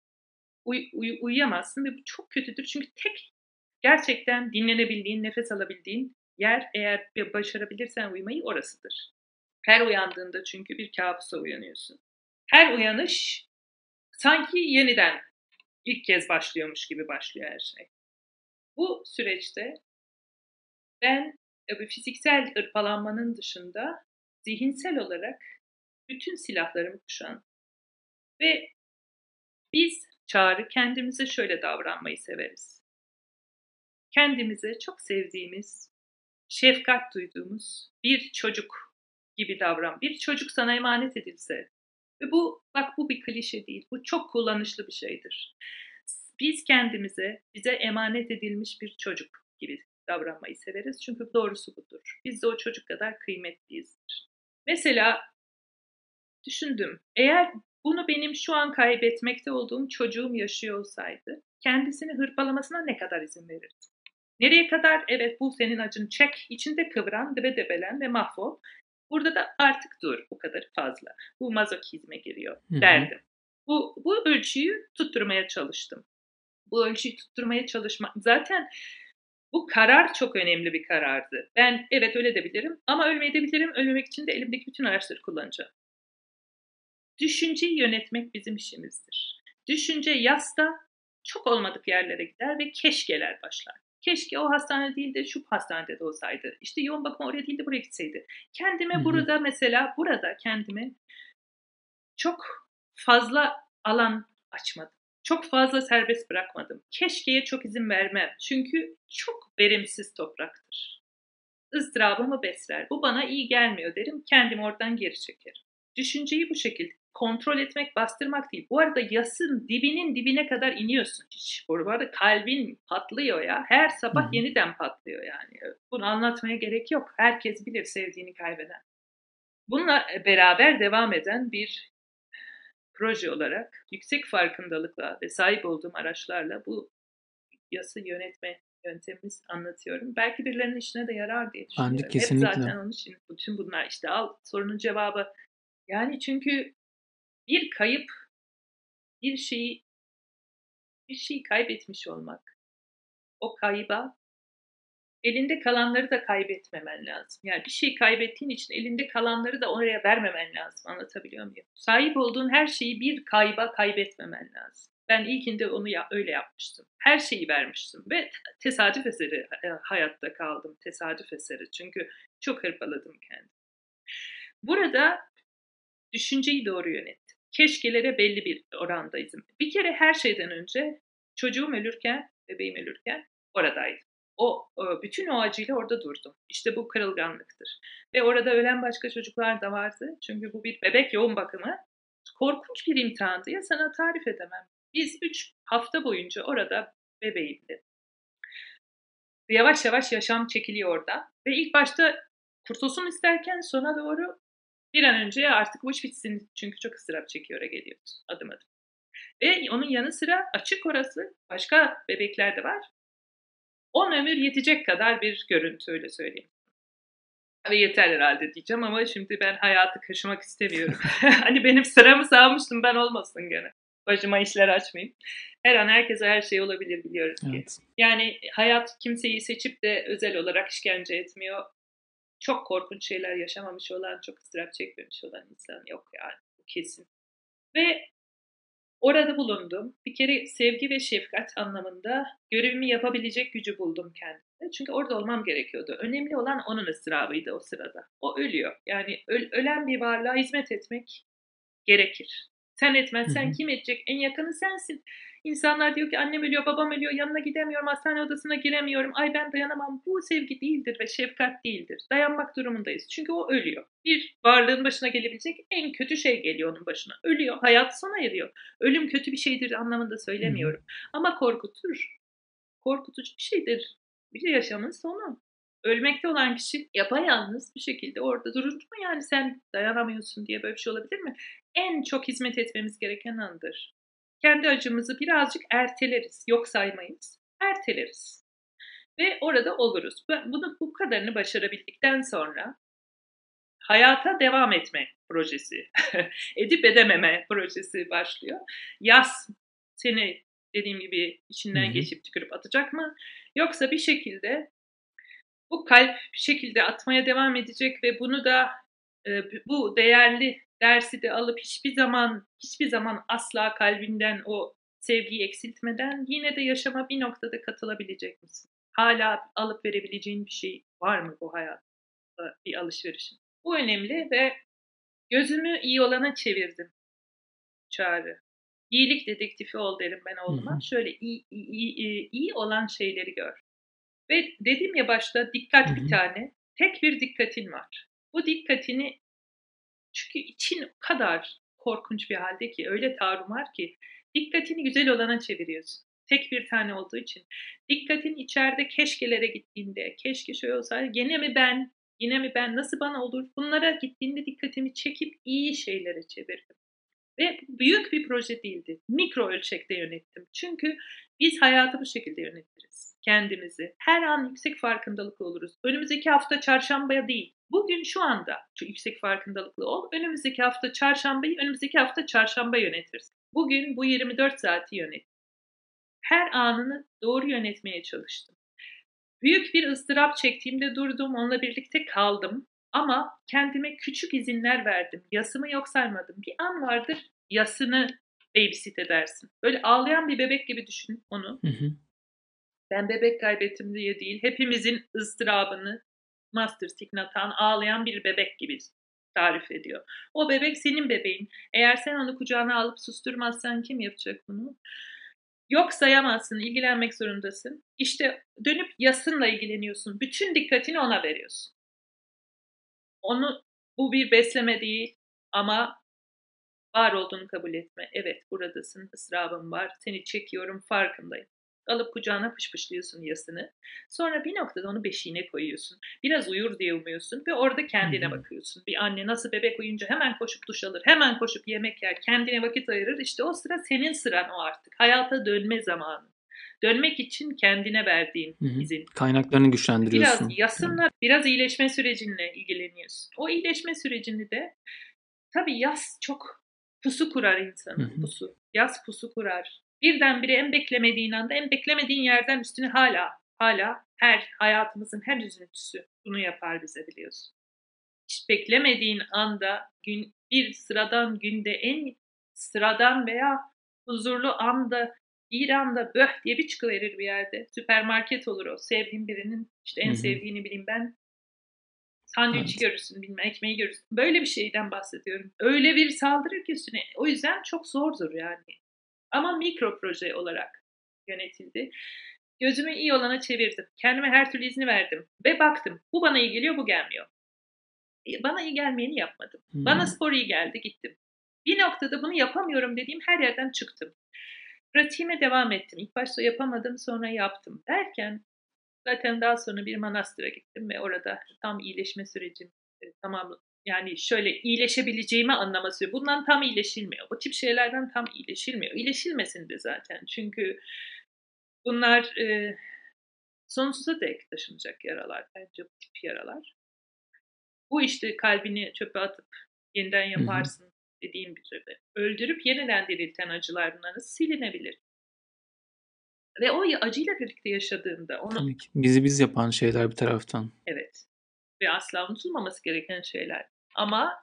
uyuyamazsın ve bu çok kötüdür. Çünkü tek gerçekten dinlenebildiğin, nefes alabildiğin yer eğer başarabilirsen uyumayı orasıdır. Her uyandığında çünkü bir kabusa uyanıyorsun. Her uyanış sanki yeniden ilk kez başlıyormuş gibi başlıyor her şey. Bu süreçte ben fiziksel hırpalanmanın dışında zihinsel olarak bütün silahlarımı kuşan ve biz Çağrı kendimize şöyle davranmayı severiz. Kendimize çok sevdiğimiz, şefkat duyduğumuz bir çocuk gibi davran. Bir çocuk sana emanet edilse ve bu bir klişe değil. Bu çok kullanışlı bir şeydir. Biz kendimize, bize emanet edilmiş bir çocuk gibi davranmayı severiz. Çünkü doğrusu budur. Biz de o çocuk kadar kıymetliyizdir. Mesela düşündüm. Eğer bunu benim şu an kaybetmekte olduğum çocuğum yaşıyor olsaydı, kendisini hırpalamasına ne kadar izin verirdim? Nereye kadar? Evet bu senin acın çek, içinde kıvran, debelen ve mahvol. Burada da artık dur, bu kadar fazla. Bu mazokizme giriyor Hı hı. derdim. Bu ölçüyü tutturmaya çalıştım. Bu ölçüyü tutturmaya çalışmak. Zaten bu karar çok önemli bir karardı. Ben evet öyle de bilirim ama ölmeyi de bilirim. Ölmemek için de elimdeki bütün araçları kullanacağım. Düşünceyi yönetmek bizim işimizdir. Düşünce yasta çok olmadık yerlere gider ve keşkeler başlar. Keşke o hastane değil de şu hastanede de olsaydı. İşte yoğun bakım oraya değil de buraya gitseydi. Hı Kendime hı. burada kendime çok fazla alan açmadım. Çok fazla serbest bırakmadım. Keşkeye çok izin vermem. Çünkü çok verimsiz topraktır. Izdırabımı besler. Bu bana iyi gelmiyor derim. Kendimi oradan geri çekerim. Düşünceyi bu şekilde kontrol etmek, bastırmak değil. Bu arada yasın dibinin dibine kadar iniyorsun hiç. Bu arada kalbin patlıyor ya. Her Hı sabah hı. yeniden patlıyor yani. Bunu anlatmaya gerek yok. Herkes bilir sevdiğini kaybeden. Bununla beraber devam eden bir proje olarak yüksek farkındalıkla ve sahip olduğum araçlarla bu yası yönetme yöntemimizi anlatıyorum. Belki birilerinin işine de yarar diye Bence düşünüyorum. Hep kesinlikle. zaten onun için bütün bunlar işte al sorunun cevabı. Yani çünkü bir kayıp, bir şeyi bir şeyi kaybetmiş olmak. O kayba elinde kalanları da kaybetmemen lazım. Yani bir şey kaybettiğin için elinde kalanları da oraya vermemen lazım. Anlatabiliyor muyum? Sahip olduğun her şeyi bir kayba kaybetmemen lazım. Ben ilkinde onu öyle yapmıştım. Her şeyi vermiştim ve tesadüf eseri hayatta kaldım. Tesadüf eseri. Çünkü çok hırpaladım kendimi. Burada düşünceyi doğru yönettim. Keşkelere belli bir oranda izin. Bir kere her şeyden önce çocuğum ölürken, bebeğim ölürken oradaydım. Bütün o acıyla orada durdum. İşte bu kırılganlıktır. Ve orada ölen başka çocuklar da vardı. Çünkü bu bir bebek yoğun bakımı. Korkunç bir imtihandı ya, sana tarif edemem. Biz 3 hafta boyunca orada bebeğimdi. Yavaş yavaş yaşam çekiliyor orada. Ve ilk başta kurtulsun isterken sona doğru bir an önce artık bu iş bitsin. Çünkü çok ıstırap çekiyor geliyoruz adım adım. Ve onun yanı sıra açık orası. Başka bebekler de var. 10 ömür yetecek kadar bir görüntü, öyle söyleyeyim. Ve yeter herhalde diyeceğim ama şimdi ben hayatı kaşımak istemiyorum. Hani benim sıramı sağmıştım, ben olmasın gene. Başıma işler açmayayım. Her an herkese her şey olabilir, biliyoruz ki. Evet. Yani hayat kimseyi seçip de özel olarak işkence etmiyor. Çok korkunç şeyler yaşamamış olan, çok ıstırap çekmemiş olan insan yok yani. Bu kesin. Ve orada bulundum. Bir kere sevgi ve şefkat anlamında görevimi yapabilecek gücü buldum kendimde. Çünkü orada olmam gerekiyordu. Önemli olan onun ıstırabıydı o sırada. O ölüyor. Yani ölen bir varlığa hizmet etmek gerekir. Sen etmezsen kim edecek? En yakını sensin. İnsanlar diyor ki annem ölüyor, babam ölüyor, yanına gidemiyorum, hastane odasına giremiyorum. Ay ben dayanamam. Bu sevgi değildir ve şefkat değildir. Dayanmak durumundayız. Çünkü o ölüyor. Bir varlığın başına gelebilecek en kötü şey geliyor onun başına. Ölüyor. Hayat sona eriyor. Ölüm kötü bir şeydir anlamında söylemiyorum. Ama korkutur. Korkutucu bir şeydir. Bir yaşamın sonu. Ölmekte olan kişi yapayalnız bir şekilde orada durur mu? Yani sen dayanamıyorsun diye böyle bir şey olabilir mi? En çok hizmet etmemiz gereken andır. Kendi acımızı birazcık erteleriz. Yok saymayız. Erteleriz. Ve orada oluruz. Bunu bu kadarını başarabildikten sonra hayata devam etme projesi, edip edememe projesi başlıyor. Yaz seni dediğim gibi içinden geçip tükürüp atacak mı? Yoksa bir şekilde bu kalp bir şekilde atmaya devam edecek ve bunu da bu değerli dersi de alıp hiçbir zaman asla kalbinden o sevgiyi eksiltmeden yine de yaşama bir noktada katılabilecek misin? Hala alıp verebileceğin bir şey var mı bu hayatta, bir alışverişin? Bu önemli ve gözümü iyi olana çevirdim Çağrı. İyilik dedektifi ol derim ben oğluma. Şöyle iyi olan şeyleri gör. Ve dedim ya başta, dikkat bir tane. Tek bir dikkatin var. Bu dikkatini, çünkü için o kadar korkunç bir halde ki, öyle tarumar ki, dikkatini güzel olana çeviriyorsun. Tek bir tane olduğu için. Dikkatin içeride keşkelere gittiğinde, keşke şöyle olsaydı, yine mi ben, nasıl bana olur? Bunlara gittiğinde dikkatimi çekip iyi şeylere çevirdim. Ve büyük bir proje değildi. Mikro ölçekte yönettim. Çünkü biz hayatı bu şekilde yönetiriz. Kendimizi. Her an yüksek farkındalıklı oluruz. Önümüzdeki hafta çarşambaya değil. Bugün şu anda yüksek farkındalıklı ol. Önümüzdeki hafta çarşamba yönetiriz. Bugün bu 24 saati yönet. Her anını doğru yönetmeye çalıştım. Büyük bir ıstırap çektiğimde durdum, onunla birlikte kaldım. Ama kendime küçük izinler verdim. Yasımı yok saymadım. Bir an vardır, yasını babysit edersin. Böyle ağlayan bir bebek gibi düşün onu. Ben bebek kaybettim diye değil, hepimizin ıstırabını master tignatan ağlayan bir bebek gibi tarif ediyor. O bebek senin bebeğin. Eğer sen onu kucağına alıp susturmazsan kim yapacak bunu? Yok sayamazsın, ilgilenmek zorundasın. İşte dönüp yasınla ilgileniyorsun. Bütün dikkatini ona veriyorsun. Bu bir besleme değil ama var olduğunu kabul etme. Evet, buradasın, ıstırabım var, seni çekiyorum, farkındayım. Alıp kucağına pışpışlıyorsun yasını. Sonra bir noktada onu beşiğine koyuyorsun. Biraz uyur diye umuyorsun ve orada kendine bakıyorsun. Bir anne nasıl bebek uyuyunca hemen koşup duş alır, hemen koşup yemek yer, kendine vakit ayırır. İşte o sıra senin sıran o artık. Hayata dönme zamanı. Dönmek için kendine verdiğin izin. Kaynaklarını güçlendiriyorsun. Biraz yasınla, biraz iyileşme sürecinle ilgileniyorsun. O iyileşme sürecini de tabii yas çok pusu kurar insanın. Pusu. Yas pusu kurar. Birdenbire en beklemediğin anda, en beklemediğin yerden üstüne hala hayatımızın her üzüntüsü bunu yapar bize, biliyorsun. Hiç beklemediğin anda bir sıradan günde, en sıradan veya huzurlu anda, bir anda böh diye bir çıkıverir bir yerde. Süpermarket olur o. Sevdiğin birinin işte en sevdiğini bileyim ben. Sandviçi görürsün, bilmem ekmeği görürsün. Böyle bir şeyden bahsediyorum. Öyle bir saldırır ki üstüne. O yüzden çok zordur yani. Ama mikro proje olarak yönetildi. Gözümü iyi olana çevirdim. Kendime her türlü izni verdim. Ve baktım. Bu bana iyi geliyor, bu gelmiyor. Bana iyi gelmeyeni yapmadım. Bana spor iyi geldi, gittim. Bir noktada bunu yapamıyorum dediğim her yerden çıktım. Pratiğime devam ettim. İlk başta yapamadım, sonra yaptım. Derken zaten daha sonra bir manastıra gittim ve orada tam iyileşme sürecim tamam, yani şöyle iyileşebileceğimi anlaması. Bundan tam iyileşilmiyor. Bu tip şeylerden tam iyileşilmiyor. İyileşilmesin de zaten. Çünkü bunlar sonsuza dek taşınacak yaralar. Bence bu tip yaralar. Bu işte kalbini çöpe atıp yeniden yaparsın dediğim gibi. Öldürüp yeniden dirilten acılar bunlar nasıl silinebilir? Ve o acıyla birlikte yaşadığında onu Tabii ki. Bizi biz yapan şeyler bir taraftan. evet ve asla unutulmaması gereken şeyler. Ama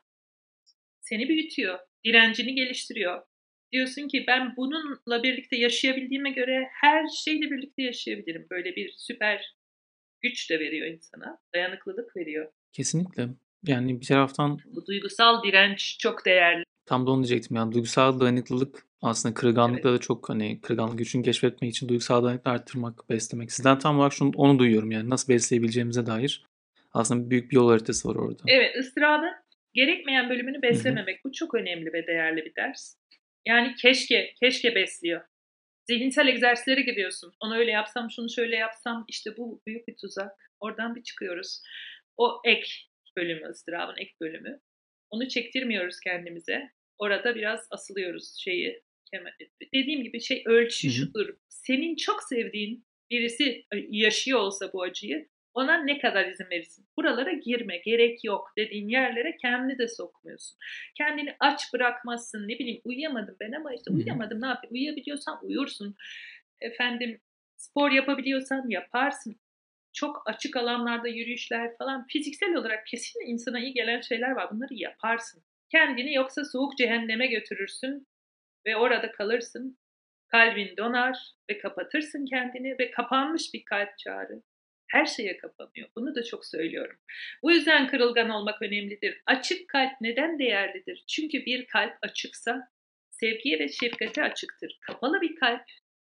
seni büyütüyor, direncini geliştiriyor. Diyorsun ki ben bununla birlikte yaşayabildiğime göre her şeyle birlikte yaşayabilirim. Böyle bir süper güç de veriyor insana, dayanıklılık veriyor. Kesinlikle. Yani bir taraftan Bu duygusal direnç çok değerli. tam da onu diyecektim. Yani duygusal dayanıklılık aslında kırılganlıkla da çok hani kırılganlık gücünü keşfetmek için duygusal dayanıklılığı arttırmak, beslemek. Sizden tam olarak onu duyuyorum yani nasıl besleyebileceğimize dair. Aslında büyük bir yol haritası var orada. Evet, ıstırabın gerekmeyen bölümünü beslememek. Bu çok önemli ve değerli bir ders. Yani keşke besliyor. Zihinsel egzersizlere giriyorsun. Onu öyle yapsam, şunu şöyle yapsam, işte bu büyük bir tuzak. Oradan bir çıkıyoruz. O ek bölümü, ıstırabın ek bölümü. Onu çektirmiyoruz kendimize. Orada biraz asılıyoruz şeyi. Dediğim gibi ölçü şudur. Senin çok sevdiğin birisi yaşıyor olsa bu acıyı, ona ne kadar izin verirsin? Buralara girme, gerek yok dediğin yerlere kendini de sokmuyorsun. Kendini aç bırakmazsın. Ne bileyim uyuyamadım ben ama işte uyuyamadım, ne yapayım? Uyuyabiliyorsan uyursun. Efendim spor yapabiliyorsan yaparsın. Çok açık alanlarda yürüyüşler falan fiziksel olarak kesin insana iyi gelen şeyler var. Bunları yaparsın. Kendini yoksa soğuk cehenneme götürürsün ve orada kalırsın. Kalbin donar ve kapatırsın kendini ve kapanmış bir kalp Çağrı her şeye kapanıyor. Bunu da çok söylüyorum. Bu yüzden kırılgan olmak önemlidir. Açık kalp neden değerlidir? Çünkü bir kalp açıksa sevgiye ve şefkate açıktır. Kapalı bir kalp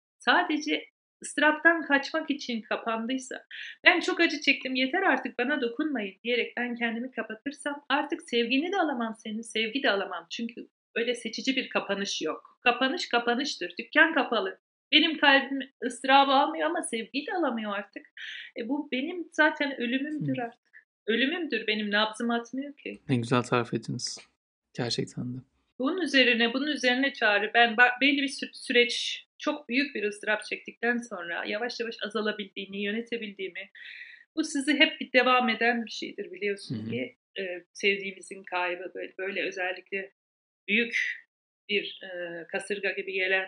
sadece ıstıraptan kaçmak için kapandıysa, ben çok acı çektim yeter artık bana dokunmayın diyerek ben kendimi kapatırsam artık sevgini de alamam senin, sevgi de alamam. Çünkü öyle seçici bir kapanış yok. Kapanış kapanıştır. Dükkan kapalı. Benim kalbim ıstırabı almıyor ama sevgiyi de alamıyor artık. Bu benim zaten ölümümdür artık. Ölümümdür benim, nabzım atmıyor ki. Ne güzel tarif ettiniz. Gerçekten de. Bunun üzerine Çağrı, ben belli bir süreç, çok büyük bir ıstırap çektikten sonra yavaş yavaş azalabildiğini, yönetebildiğimi, bu sizi hep bir devam eden bir şeydir biliyorsun ki. Sevdiğimizin kaybı böyle özellikle büyük bir kasırga gibi gelen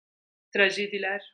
trajediler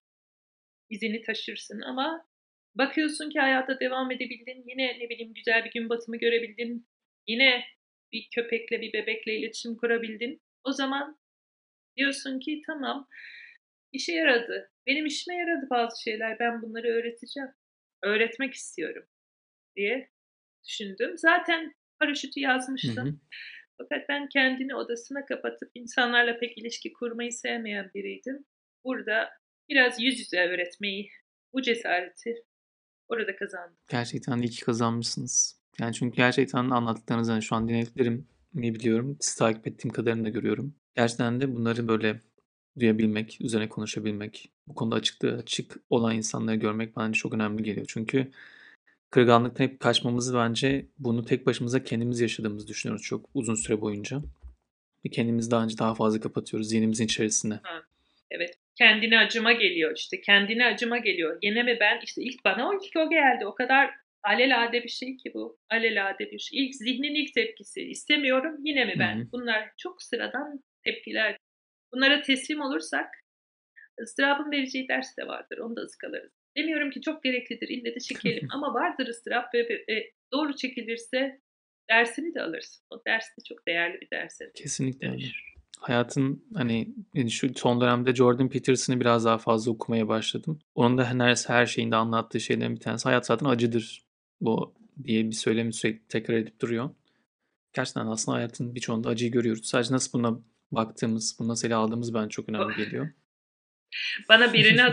izini taşırsın ama bakıyorsun ki hayata devam edebildin. Yine ne bileyim güzel bir gün batımı görebildin. Yine bir köpekle bir bebekle iletişim kurabildin. O zaman diyorsun ki tamam, işe yaradı. Benim işime yaradı bazı şeyler. Ben bunları öğreteceğim. Öğretmek istiyorum diye düşündüm. Zaten paraşütü yazmıştım. Fakat ben kendini odasına kapatıp insanlarla pek ilişki kurmayı sevmeyen biriydim. Burada biraz yüz yüze öğretmeyi, bu cesareti orada kazandım. Gerçekten iyi ki kazanmışsınız. Yani çünkü gerçekten anlattıklarınızdan şu an dinlediklerimi biliyorum. Sizi takip ettiğim kadarını da görüyorum. Gerçekten de bunları böyle duyabilmek, üzerine konuşabilmek, bu konuda açık olan insanları görmek bence çok önemli geliyor. Çünkü kırılganlıktan hep kaçmamızı bence bunu tek başımıza kendimiz yaşadığımızı düşünüyoruz çok uzun süre boyunca. Ve kendimizi daha önce daha fazla kapatıyoruz zihnimizin içerisine. Evet. Kendine acıma geliyor işte. Kendine acıma geliyor. Gene mi ben? İşte ilk o geldi. O kadar alelade bir şey ki bu. Alelade bir şey. Zihnin ilk tepkisi. İstemiyorum. Yine mi ben? Bunlar çok sıradan tepkiler. Bunlara teslim olursak ıstırabın vereceği ders de vardır. Onu da ıskalarız. Demiyorum ki çok gereklidir. İlle de çekelim. Ama vardır ıstırap ve doğru çekilirse dersini de alırsın. O ders de çok değerli bir ders. Kesinlikle öyle. Hayatın hani şu son dönemde Jordan Peterson'ı biraz daha fazla okumaya başladım. Onun da neredeyse her şeyinde anlattığı şeylerin bir tanesi. Hayat zaten acıdır bu diye bir söylemi sürekli tekrar edip duruyor. Gerçekten aslında hayatın birçoğunda acıyı görüyoruz. Sadece nasıl buna baktığımız, bunu nasıl ele aldığımız bence çok önemli geliyor. Bana birini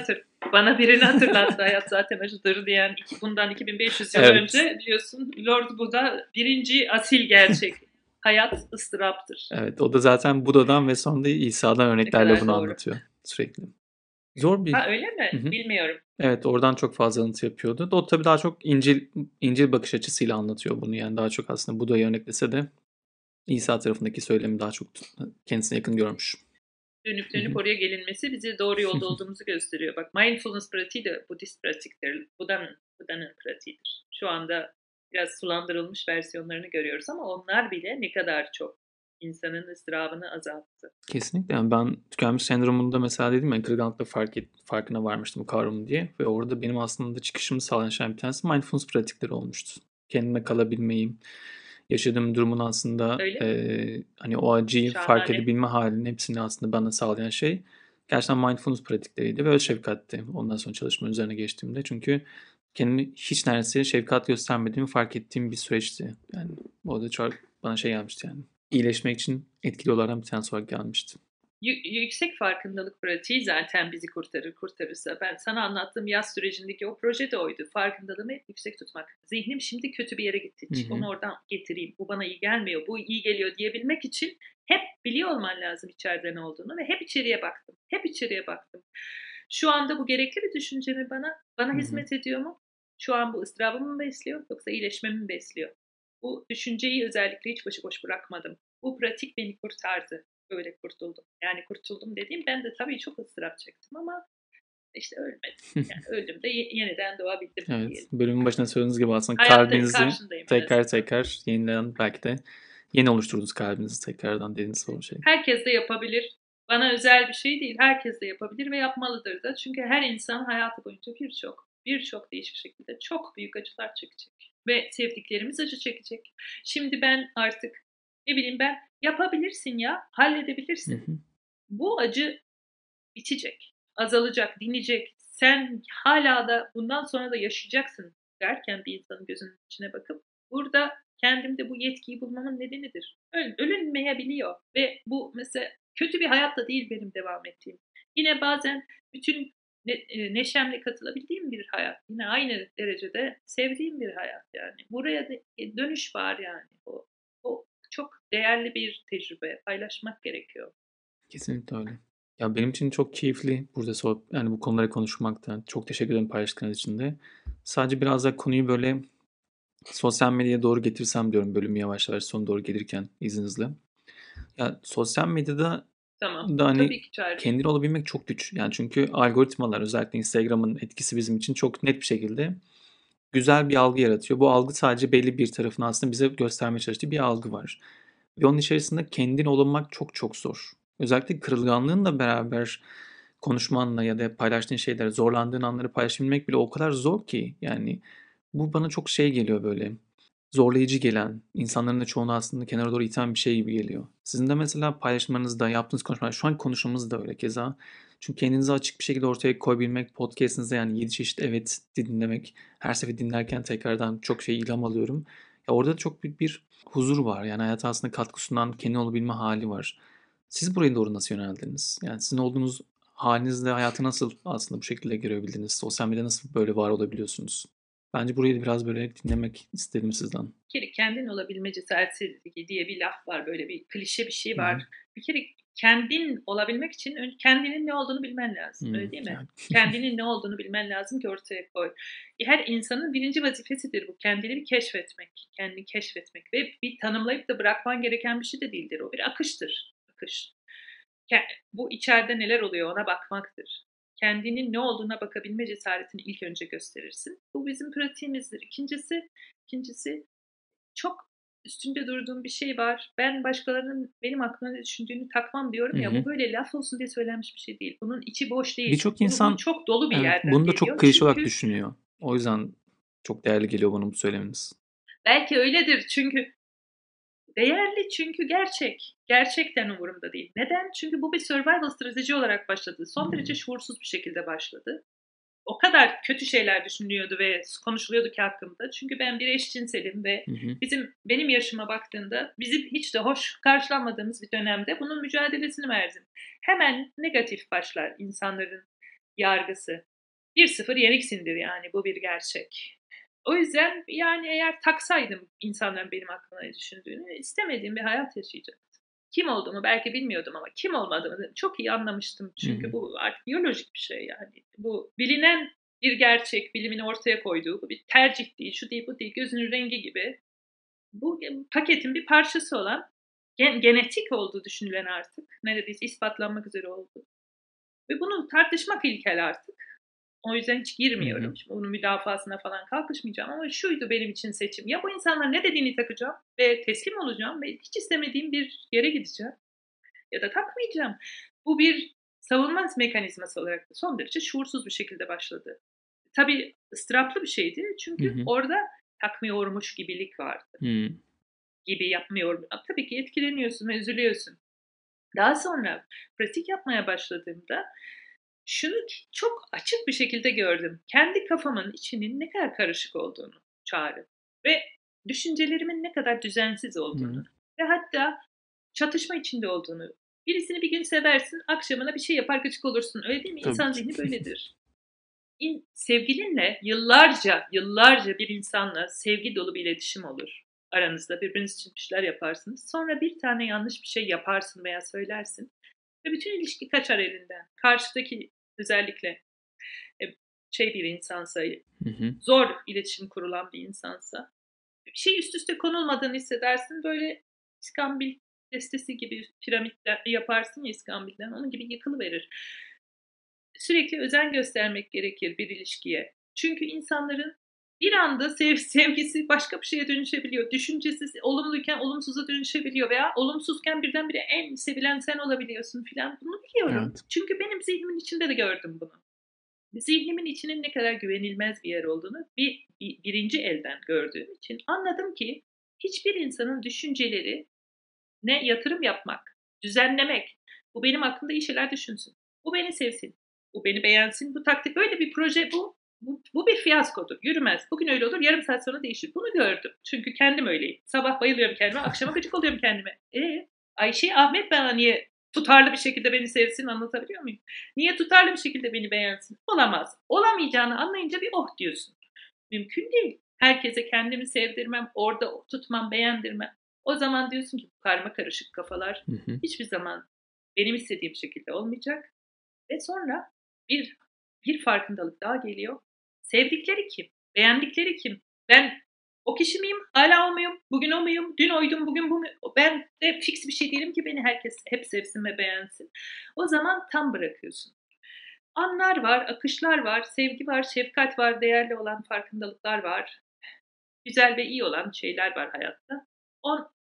Bana birini hatırlattı. Hayat zaten acıdır diyen bundan 2500 yıl Evet. önce biliyorsun Lord Buddha birinci asil gerçek. Hayat ıstıraptır. Evet, o da zaten Buda'dan ve sonra da İsa'dan örneklerle kadar bunu doğru. anlatıyor sürekli. Zor bir... Ha öyle mi? Hı hı. Bilmiyorum. Evet, oradan çok fazla alıntı yapıyordu. O tabii daha çok İncil bakış açısıyla anlatıyor bunu. Yani daha çok aslında Buda'yı örneklese de İsa tarafındaki söylemi daha çok kendisine yakın görmüş. Dönüp Hı hı. oraya gelinmesi bizi doğru yolda olduğumuzu gösteriyor. Bak mindfulness pratiği de Budist pratiktir. Buda'nın pratiğidir. Şu anda biraz sulandırılmış versiyonlarını görüyoruz ama onlar bile ne kadar çok insanın ıstırabını azalttı. Kesinlikle. Yani ben tükenmiş sendromunda mesela dedim ya kırgınlıkla farkına varmıştım bu kavramı diye. Ve orada benim aslında çıkışımı sağlayan şeylerden bir tanesi mindfulness pratikleri olmuştu. Kendime kalabilmeyim. Yaşadığım durumun aslında Öyle mi? hani o acıyı fark Şahane. edebilme halini hepsini aslında bana sağlayan şey gerçekten mindfulness pratikleriydi ve öz şefkatti. Ondan sonra çalışma üzerine geçtiğimde. Çünkü kendimi hiç neredeyse şefkat göstermediğimi fark ettiğim bir süreçti. Yani orada çok bana şey gelmişti yani. İyileşmek için etkili yollardan bir tanesi olarak gelmişti. Yüksek farkındalık pratiği zaten bizi kurtarırsa. Ben sana anlattığım yaz sürecindeki o proje de oydu. Farkındalığımı hep yüksek tutmak. Zihnim şimdi kötü bir yere gitti. Hı hı. Onu oradan getireyim. Bu bana iyi gelmiyor, bu iyi geliyor diyebilmek için hep biliyor olman lazım içeride ne olduğunu ve hep içeriye baktım. Hep içeriye baktım. Şu anda bu gerekli bir düşünce mi bana Hı hı. hizmet ediyor mu? Şu an bu ıstırabımı mı besliyor yoksa iyileşmemi mi besliyor? Bu düşünceyi özellikle hiç başıboş bırakmadım. Bu pratik beni kurtardı. Böyle kurtuldum. Yani kurtuldum dediğim ben de tabii çok ıstırap çektim ama işte ölmedim. Yani öldüm de yeniden doğabildim Evet. diyelim. Bölümün başında söylediğiniz gibi aslında Hayattayım, kalbinizi karşındayım. tekrar yeniden belki de yeni oluşturdunuz kalbinizi tekrardan dediğiniz o şey. Herkes de yapabilir. Bana özel bir şey değil. Herkes de yapabilir ve yapmalıdır da. Çünkü her insan hayatı boyunca birçok değişik şekilde çok büyük acılar çekecek. Ve sevdiklerimiz acı çekecek. Şimdi ben artık ne bileyim ben yapabilirsin ya, Hı halledebilirsin. hı. Bu acı bitecek, azalacak, dinecek. Sen hala da bundan sonra da yaşayacaksın derken bir insanın gözünün içine bakıp burada kendimde bu yetkiyi bulmamın nedenidir. Ölünmeyebiliyor ve bu mesela kötü bir hayat da değil benim devam ettiğim. Yine bazen bütün neşemle katılabildiğim bir hayat. Yine aynı derecede sevdiğim bir hayat yani. Buraya dönüş var yani. O çok değerli bir tecrübe. Paylaşmak gerekiyor. Kesinlikle öyle. Ya benim için çok keyifli burada yani bu konuları konuşmaktan. Çok teşekkür ederim paylaştığınız için de. Sadece biraz da konuyu böyle sosyal medyaya doğru getirsem diyorum bölüm yavaş yavaş sona doğru gelirken izninizle. Ya sosyal medyada Tamam. da hani Tabii ki çağırırım. kendini olabilmek çok güç. Yani çünkü algoritmalar özellikle Instagram'ın etkisi bizim için çok net bir şekilde güzel bir algı yaratıyor. Bu algı sadece belli bir tarafını aslında bize göstermeye çalıştığı bir algı var. Ve onun içerisinde kendin olunmak çok çok zor. Özellikle kırılganlığınla beraber konuşmanla ya da paylaştığın şeyler, zorlandığın anları paylaşabilmek bile o kadar zor ki. Yani bu bana çok şey geliyor böyle. Zorlayıcı gelen, insanların da çoğunu aslında kenara doğru iten bir şey gibi geliyor. Sizin de mesela paylaşmanızda, yaptığınız konuşmalar, şu an konuşmamız da öyle keza. Çünkü kendinizi açık bir şekilde ortaya koyabilmek, podcast'ınızda yani 7 çeşit evet dinlemek, her sefer dinlerken tekrardan çok şey ilham alıyorum. Ya orada da çok büyük bir huzur var. Yani hayata aslında katkı sunan, kendin olabilme hali var. Siz buraya doğru nasıl yöneldiniz? Yani sizin olduğunuz halinizde hayatı nasıl aslında bu şekilde görebildiniz? Sosyal medyada nasıl böyle var olabiliyorsunuz? Bence burayı biraz böyle dinlemek istedim sizden. Bir kere kendin olabilme cesareti diye bir laf var. Böyle bir klişe bir şey Hı var. hı. Bir kere kendin olabilmek için önce kendinin ne olduğunu bilmen lazım. Öyle değil mi? Evet. Kendinin ne olduğunu bilmen lazım ki ortaya koy. Her insanın birinci vazifesidir bu. Kendini bir keşfetmek. Kendini keşfetmek. Ve bir tanımlayıp da bırakman gereken bir şey de değildir. O bir akıştır. Akış. Bu içeride neler oluyor ona bakmaktır. Kendinin ne olduğuna bakabilme cesaretini ilk önce gösterirsin. Bu bizim pratiğimizdir. İkincisi çok üstünde durduğum bir şey var. Ben başkalarının benim hakkımda ne düşündüğünü takmam diyorum Hı ya. hı. Bu böyle laf olsun diye söylenmiş bir şey değil. Bunun içi boş değil. Birçok Bu insan çok dolu bir evet yerden bunu da çok geliyor. klişe olarak Çünkü düşünüyor. O yüzden çok değerli geliyor bana bu söyleminiz. belki öyledir. Çünkü değerli çünkü gerçek. Gerçekten umurumda değil. Neden? Çünkü bu bir survival strateji olarak başladı. Son derece şuursuz bir şekilde başladı. O kadar kötü şeyler düşünülüyordu ve konuşuluyordu ki hakkımda. Çünkü ben bir eşcinselim ve Hı hı. benim yaşıma baktığında bizim hiç de hoş karşılanmadığımız bir dönemde bunun mücadelesini verdim. Hemen negatif başlar insanların yargısı. 1-0 yeniksindir yani, bu bir gerçek. O yüzden yani eğer taksaydım insanların benim hakkımda ne düşündüğünü, istemediğim bir hayat yaşayacaktım. Kim olduğumu belki bilmiyordum ama kim olmadığımı çok iyi anlamıştım. Hı Çünkü hı. bu artık biyolojik bir şey yani. Bu bilinen bir gerçek, bilimin ortaya koyduğu, bu bir tercih değil, şu değil, bu değil, gözünün rengi gibi. Bu paketin bir parçası olan genetik olduğu düşünülen artık neredeyse ispatlanmak üzere oldu. Ve bunu tartışmak ilkel artık. O yüzden hiç Hı hı. girmiyorum. Şimdi bunun müdafasına falan kalkışmayacağım ama şuydu benim için seçim. Ya bu insanlar ne dediğini takacağım ve teslim olacağım ve hiç istemediğim bir yere gideceğim ya da takmayacağım. Bu bir savunma mekanizması olarak da son derece şuursuz bir şekilde başladı. Tabii ıstıraplı bir şeydi Hı çünkü hı. orada takmıyormuş gibilik vardı. Hı. Gibi yapmıyorum. Tabii ki etkileniyorsun ve üzülüyorsun. Daha sonra pratik yapmaya başladığımda şunu çok açık bir şekilde gördüm. Kendi kafamın içinin ne kadar karışık olduğunu Çağrı ve düşüncelerimin ne kadar düzensiz olduğunu Hı. ve hatta çatışma içinde olduğunu. Birisini bir gün seversin, akşamına bir şey yapar gıcık olursun. Öyle değil mi? Tabii İnsan ki. zihni böyledir. Sevgilinle yıllarca bir insanla sevgi dolu bir iletişim olur. Aranızda birbiriniz için bir şeyler yaparsınız. Sonra bir tane yanlış bir şey yaparsın veya söylersin. Ve bütün ilişki kaçar elinden. Karşıdaki özellikle e, bir insansa, Hı hı. zor iletişim kurulan bir insansa, bir şey üst üste konulmadığını hissedersin. Böyle iskambil destesi gibi piramitler yaparsın ya iskambilden, onun gibi yıkılıverir. Sürekli özen göstermek gerekir bir ilişkiye. Çünkü insanların bir anda sevgisi başka bir şeye dönüşebiliyor. Düşüncesi olumluyken olumsuza dönüşebiliyor veya olumsuzken birdenbire en sevilen sen olabiliyorsun filan. Bunu biliyorum. Evet. Çünkü benim zihnimin içinde de gördüm bunu. Zihnimin içinin ne kadar güvenilmez bir yer olduğunu birinci elden gördüğüm için anladım ki hiçbir insanın düşünceleri ne yatırım yapmak, düzenlemek, bu benim hakkımda iyi şeyler düşünsün, bu beni sevsin, bu beni beğensin, bu taktik böyle bir proje bu bir fiyaskodur, yürümez. Bugün öyle olur, yarım saat sonra değişir. Bunu gördüm. Çünkü kendim öyleyim. Sabah bayılıyorum kendime, akşama gıcık oluyorum kendime. Ayşe, Ahmet bana niye tutarlı bir şekilde beni sevsin, anlatabiliyor muyum? Niye tutarlı bir şekilde beni beğensin? Olamaz. Olamayacağını anlayınca bir oh diyorsun. Mümkün değil. Herkese kendimi sevdirmem, orada tutmam, beğendirmem. O zaman diyorsun ki karma karışık kafalar Hı hı. hiçbir zaman benim istediğim şekilde olmayacak. Ve sonra bir bir farkındalık daha geliyor. Sevdikleri kim? Beğendikleri kim? Ben o kişi miyim? Hala o muyum? Bugün o muyum? Dün oydum, bugün bu mu? Ben de fix bir şey değilim ki beni herkes hep sevsin ve beğensin. O zaman tam bırakıyorsun. Anlar var, akışlar var, sevgi var, şefkat var, değerli olan farkındalıklar var. Güzel ve iyi olan şeyler var hayatta. O,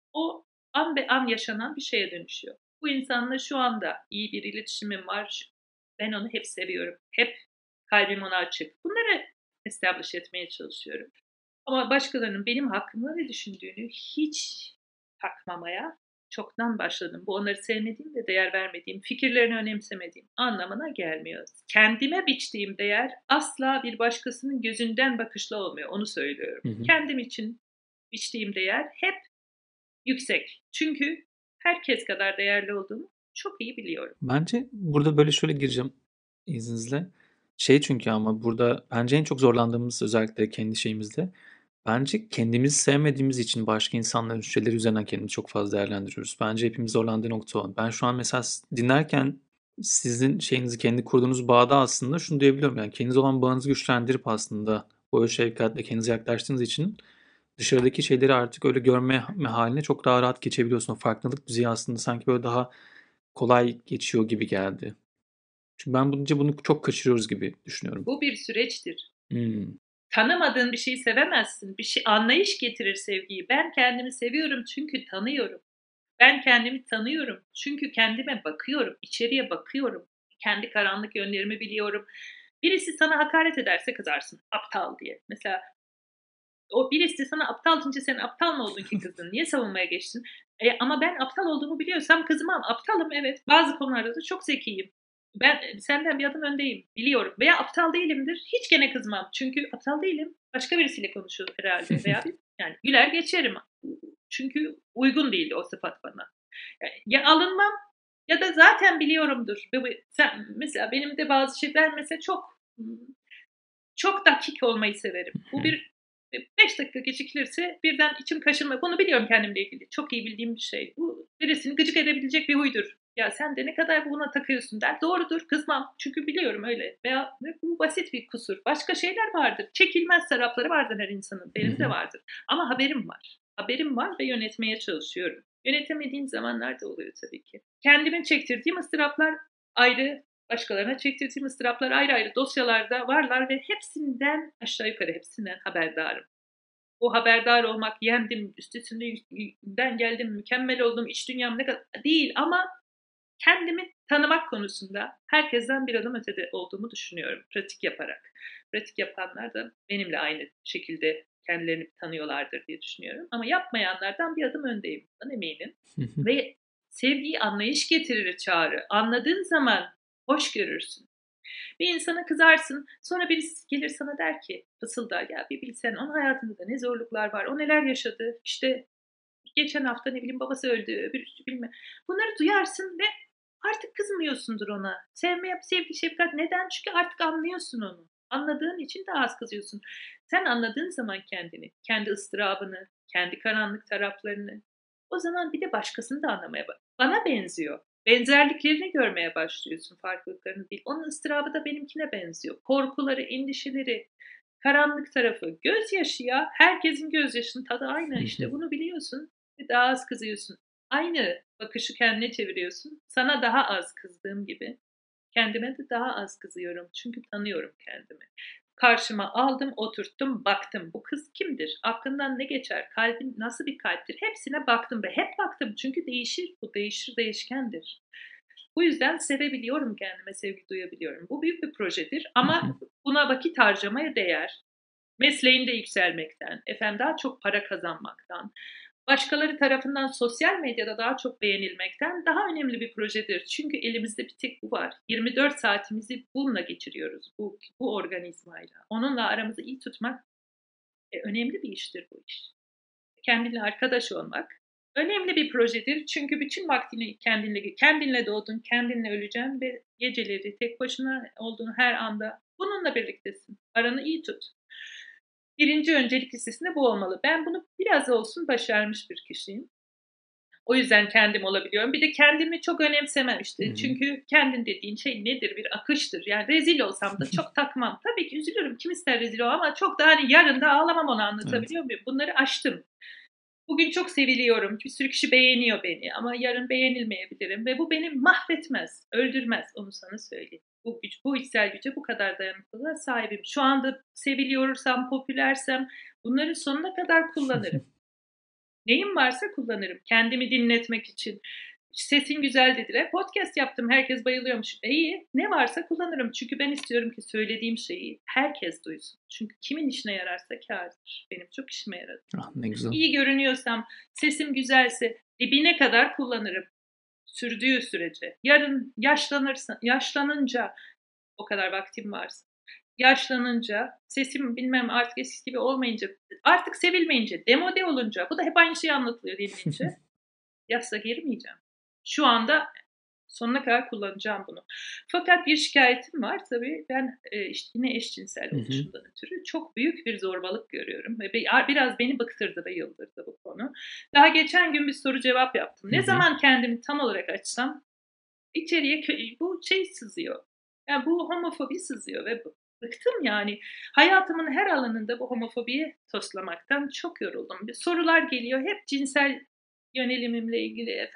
o an be an yaşanan bir şeye dönüşüyor. Bu insanla şu anda iyi bir iletişimim var. Ben onu hep seviyorum. Hep kalbim ona açık. Bunları establish etmeye çalışıyorum. Ama başkalarının benim hakkımda ne düşündüğünü hiç takmamaya çoktan başladım. Bu onları sevmediğim ve değer vermediğim, fikirlerini önemsemediğim anlamına gelmiyor. Kendime biçtiğim değer asla bir başkasının gözünden bakışla olmuyor. Onu söylüyorum. Hı hı. Kendim için biçtiğim değer hep yüksek. Çünkü herkes kadar değerli olduğumu çok iyi biliyorum. Bence burada böyle şöyle gireceğim izninizle. Şey çünkü ama burada bence en çok zorlandığımız özellikle kendi şeyimizde. Bence kendimizi sevmediğimiz için başka insanların düşünceleri üzerinden kendimizi çok fazla değerlendiriyoruz. Bence hepimiz zorlandığı nokta o. Ben şu an mesela dinlerken sizin şeyinizi, kendi kurduğunuz bağda aslında şunu diyebiliyorum. Yani kendinize olan bağınızı güçlendirip aslında o şefkatle kendinize yaklaştığınız için dışarıdaki şeyleri artık öyle görme haline çok daha rahat geçebiliyorsun. O farkındalık düzeyi aslında sanki böyle daha kolay geçiyor gibi geldi. Çünkü ben bunu çok kaçırıyoruz gibi düşünüyorum. Bu bir süreçtir. Hımm. Tanımadığın bir şeyi sevemezsin. Bir şey anlayış getirir sevgiyi. Ben kendimi seviyorum çünkü tanıyorum. Ben kendimi tanıyorum. Çünkü kendime bakıyorum, içeriye bakıyorum. Kendi karanlık yönlerimi biliyorum. Birisi sana hakaret ederse kızarsın, aptal diye. Mesela o birisi sana aptal deyince sen aptal mı oldun ki kızdın? Niye savunmaya geçtin? Ama ben aptal olduğumu biliyorsam kızmam. Aptalım evet. Bazı konularda da çok zekiyim. Ben senden bir adım öndeyim. Biliyorum. Veya aptal değilimdir. Hiç gene kızmam. Çünkü aptal değilim. Başka birisiyle konuşuyor herhalde. Veya yani güler geçerim. Çünkü uygun değil o sıfat bana. Yani ya alınmam ya da zaten biliyorumdur. Sen, mesela benim de bazı şeyler mesela çok Çok dakik olmayı severim. Bu bir 5 dakika gecikilirse birden içim kaşınma. Bunu biliyorum kendimle ilgili. Çok iyi bildiğim bir şey. Bu birisini gıcık edebilecek bir huydur. Ya sen de ne kadar buna takıyorsun der. Doğrudur, kızmam. Çünkü biliyorum öyle. Veya bu basit bir kusur. Başka şeyler vardır. Çekilmez tarafları vardır her insanın. Benim de vardır. Ama haberim var. Haberim var ve yönetmeye çalışıyorum. Yönetemediğim zamanlar da oluyor tabii ki. Kendimin çektirdiğim ıstıraplar ayrı, başkalarına çektirdiğim ıstıraplar ayrı ayrı dosyalarda varlar ve hepsinden aşağı yukarı hepsinden haberdarım. O haberdar olmak, yendim, üstesinden geldim, mükemmel oldum, iç dünyam ne kadar değil ama kendimi tanımak konusunda herkesten bir adım ötede olduğumu düşünüyorum pratik yaparak. Pratik yapanlar da benimle aynı şekilde kendilerini tanıyorlardır diye düşünüyorum. Ama yapmayanlardan bir adım öndeyim, bundan eminim. Ve sevgiyi anlayış getirir Çağrı. Anladığın zaman hoş görürsün. Bir insana kızarsın, sonra birisi gelir sana der ki, fısıldar ya bir bilsen onun hayatında da ne zorluklar var, o neler yaşadı, işte geçen hafta ne bileyim babası öldü, bir bilmem. Bunları duyarsın ve artık kızmıyorsundur ona. Sevgi, şefkat neden? Çünkü artık anlıyorsun onu. Anladığın için daha az kızıyorsun. Sen anladığın zaman kendini, kendi ıstırabını, kendi karanlık taraflarını, o zaman bir de başkasını da anlamaya bak. Bana benziyor. Benzerliklerini görmeye başlıyorsun, farklılıklarını değil. Onun ıstırabı da benimkine benziyor. Korkuları, endişeleri, karanlık tarafı, gözyaşı ya. Herkesin gözyaşının tadı aynı. İşte bunu biliyorsun ve daha az kızıyorsun. Aynı bakışı kendine çeviriyorsun. Sana daha az kızdığım gibi kendime de daha az kızıyorum. Çünkü tanıyorum kendimi. Karşıma aldım, oturttum, baktım. Bu kız kimdir? Aklından ne geçer? Kalbin nasıl bir kalptir? Hepsine baktım ve hep baktım. Çünkü değişir. Bu değişir, değişkendir. Bu yüzden sevebiliyorum kendime, sevgi duyabiliyorum. Bu büyük bir projedir ama buna vakit harcamaya değer. Mesleğinde yükselmekten, daha çok para kazanmaktan, başkaları tarafından sosyal medyada daha çok beğenilmekten daha önemli bir projedir. Çünkü elimizde bir tek bu var. 24 saatimizi bununla geçiriyoruz, bu organizmayla. Onunla aramızı iyi tutmak önemli bir iştir bu iş. Kendinle arkadaş olmak önemli bir projedir. Çünkü bütün vaktini kendinle doğdun, kendinle öleceksin ve geceleri tek başına olduğun her anda bununla birliktesin. Aranı iyi tut. Birinci öncelik listesinde bu olmalı. Ben bunu biraz olsun başarmış bir kişiyim. O yüzden kendim olabiliyorum. Bir de kendimi çok önemsemem işte. Çünkü kendin dediğin şey nedir? Bir akıştır. Yani rezil olsam da çok takmam. Tabii ki üzülürüm. Kim ister rezil ol ama çok da hani yarın da ağlamam, onu anlatabiliyor muyum? Bunları aştım. Bugün çok seviliyorum. Bir sürü kişi beğeniyor beni ama yarın beğenilmeyebilirim ve bu beni mahvetmez, öldürmez, onu sana söyleyeyim. Bu içsel güce bu kadar dayanıklılığa sahibim. Şu anda seviliyorsam, popülersem bunları sonuna kadar kullanırım. Neyim varsa kullanırım. Kendimi dinletmek için. Sesin güzel dediler. Podcast yaptım. Herkes bayılıyormuş. İyi. Ne varsa kullanırım. Çünkü ben istiyorum ki söylediğim şeyi herkes duysun. Çünkü kimin işine yararsa kârdır. Benim çok işime yaradı. Ah, ne güzel. İyi görünüyorsam, sesim güzelse dibine kadar kullanırım. Sürdüğü sürece. Yarın yaşlanınca o kadar vaktim varsa. Yaşlanınca, sesim bilmem artık eskisi gibi olmayınca, artık sevilmeyince, demode olunca, bu da hep aynı şey anlatılıyor dinleyince. Yasa girmeyeceğim. Şu anda sonuna kadar kullanacağım bunu. Fakat bir şikayetim var tabii. Ben işte yine eşcinsel oluşumdan ötürü çok büyük bir zorbalık görüyorum. Ve biraz beni bıktırdı ve yıldırdı bu konu. Daha geçen gün bir soru cevap yaptım. Ne zaman kendimi tam olarak açsam içeriye bu şey sızıyor. Yani bu homofobi sızıyor ve bıktım yani. Hayatımın her alanında bu homofobiyi toslamaktan çok yoruldum. Sorular geliyor hep cinsel yönelimimle ilgili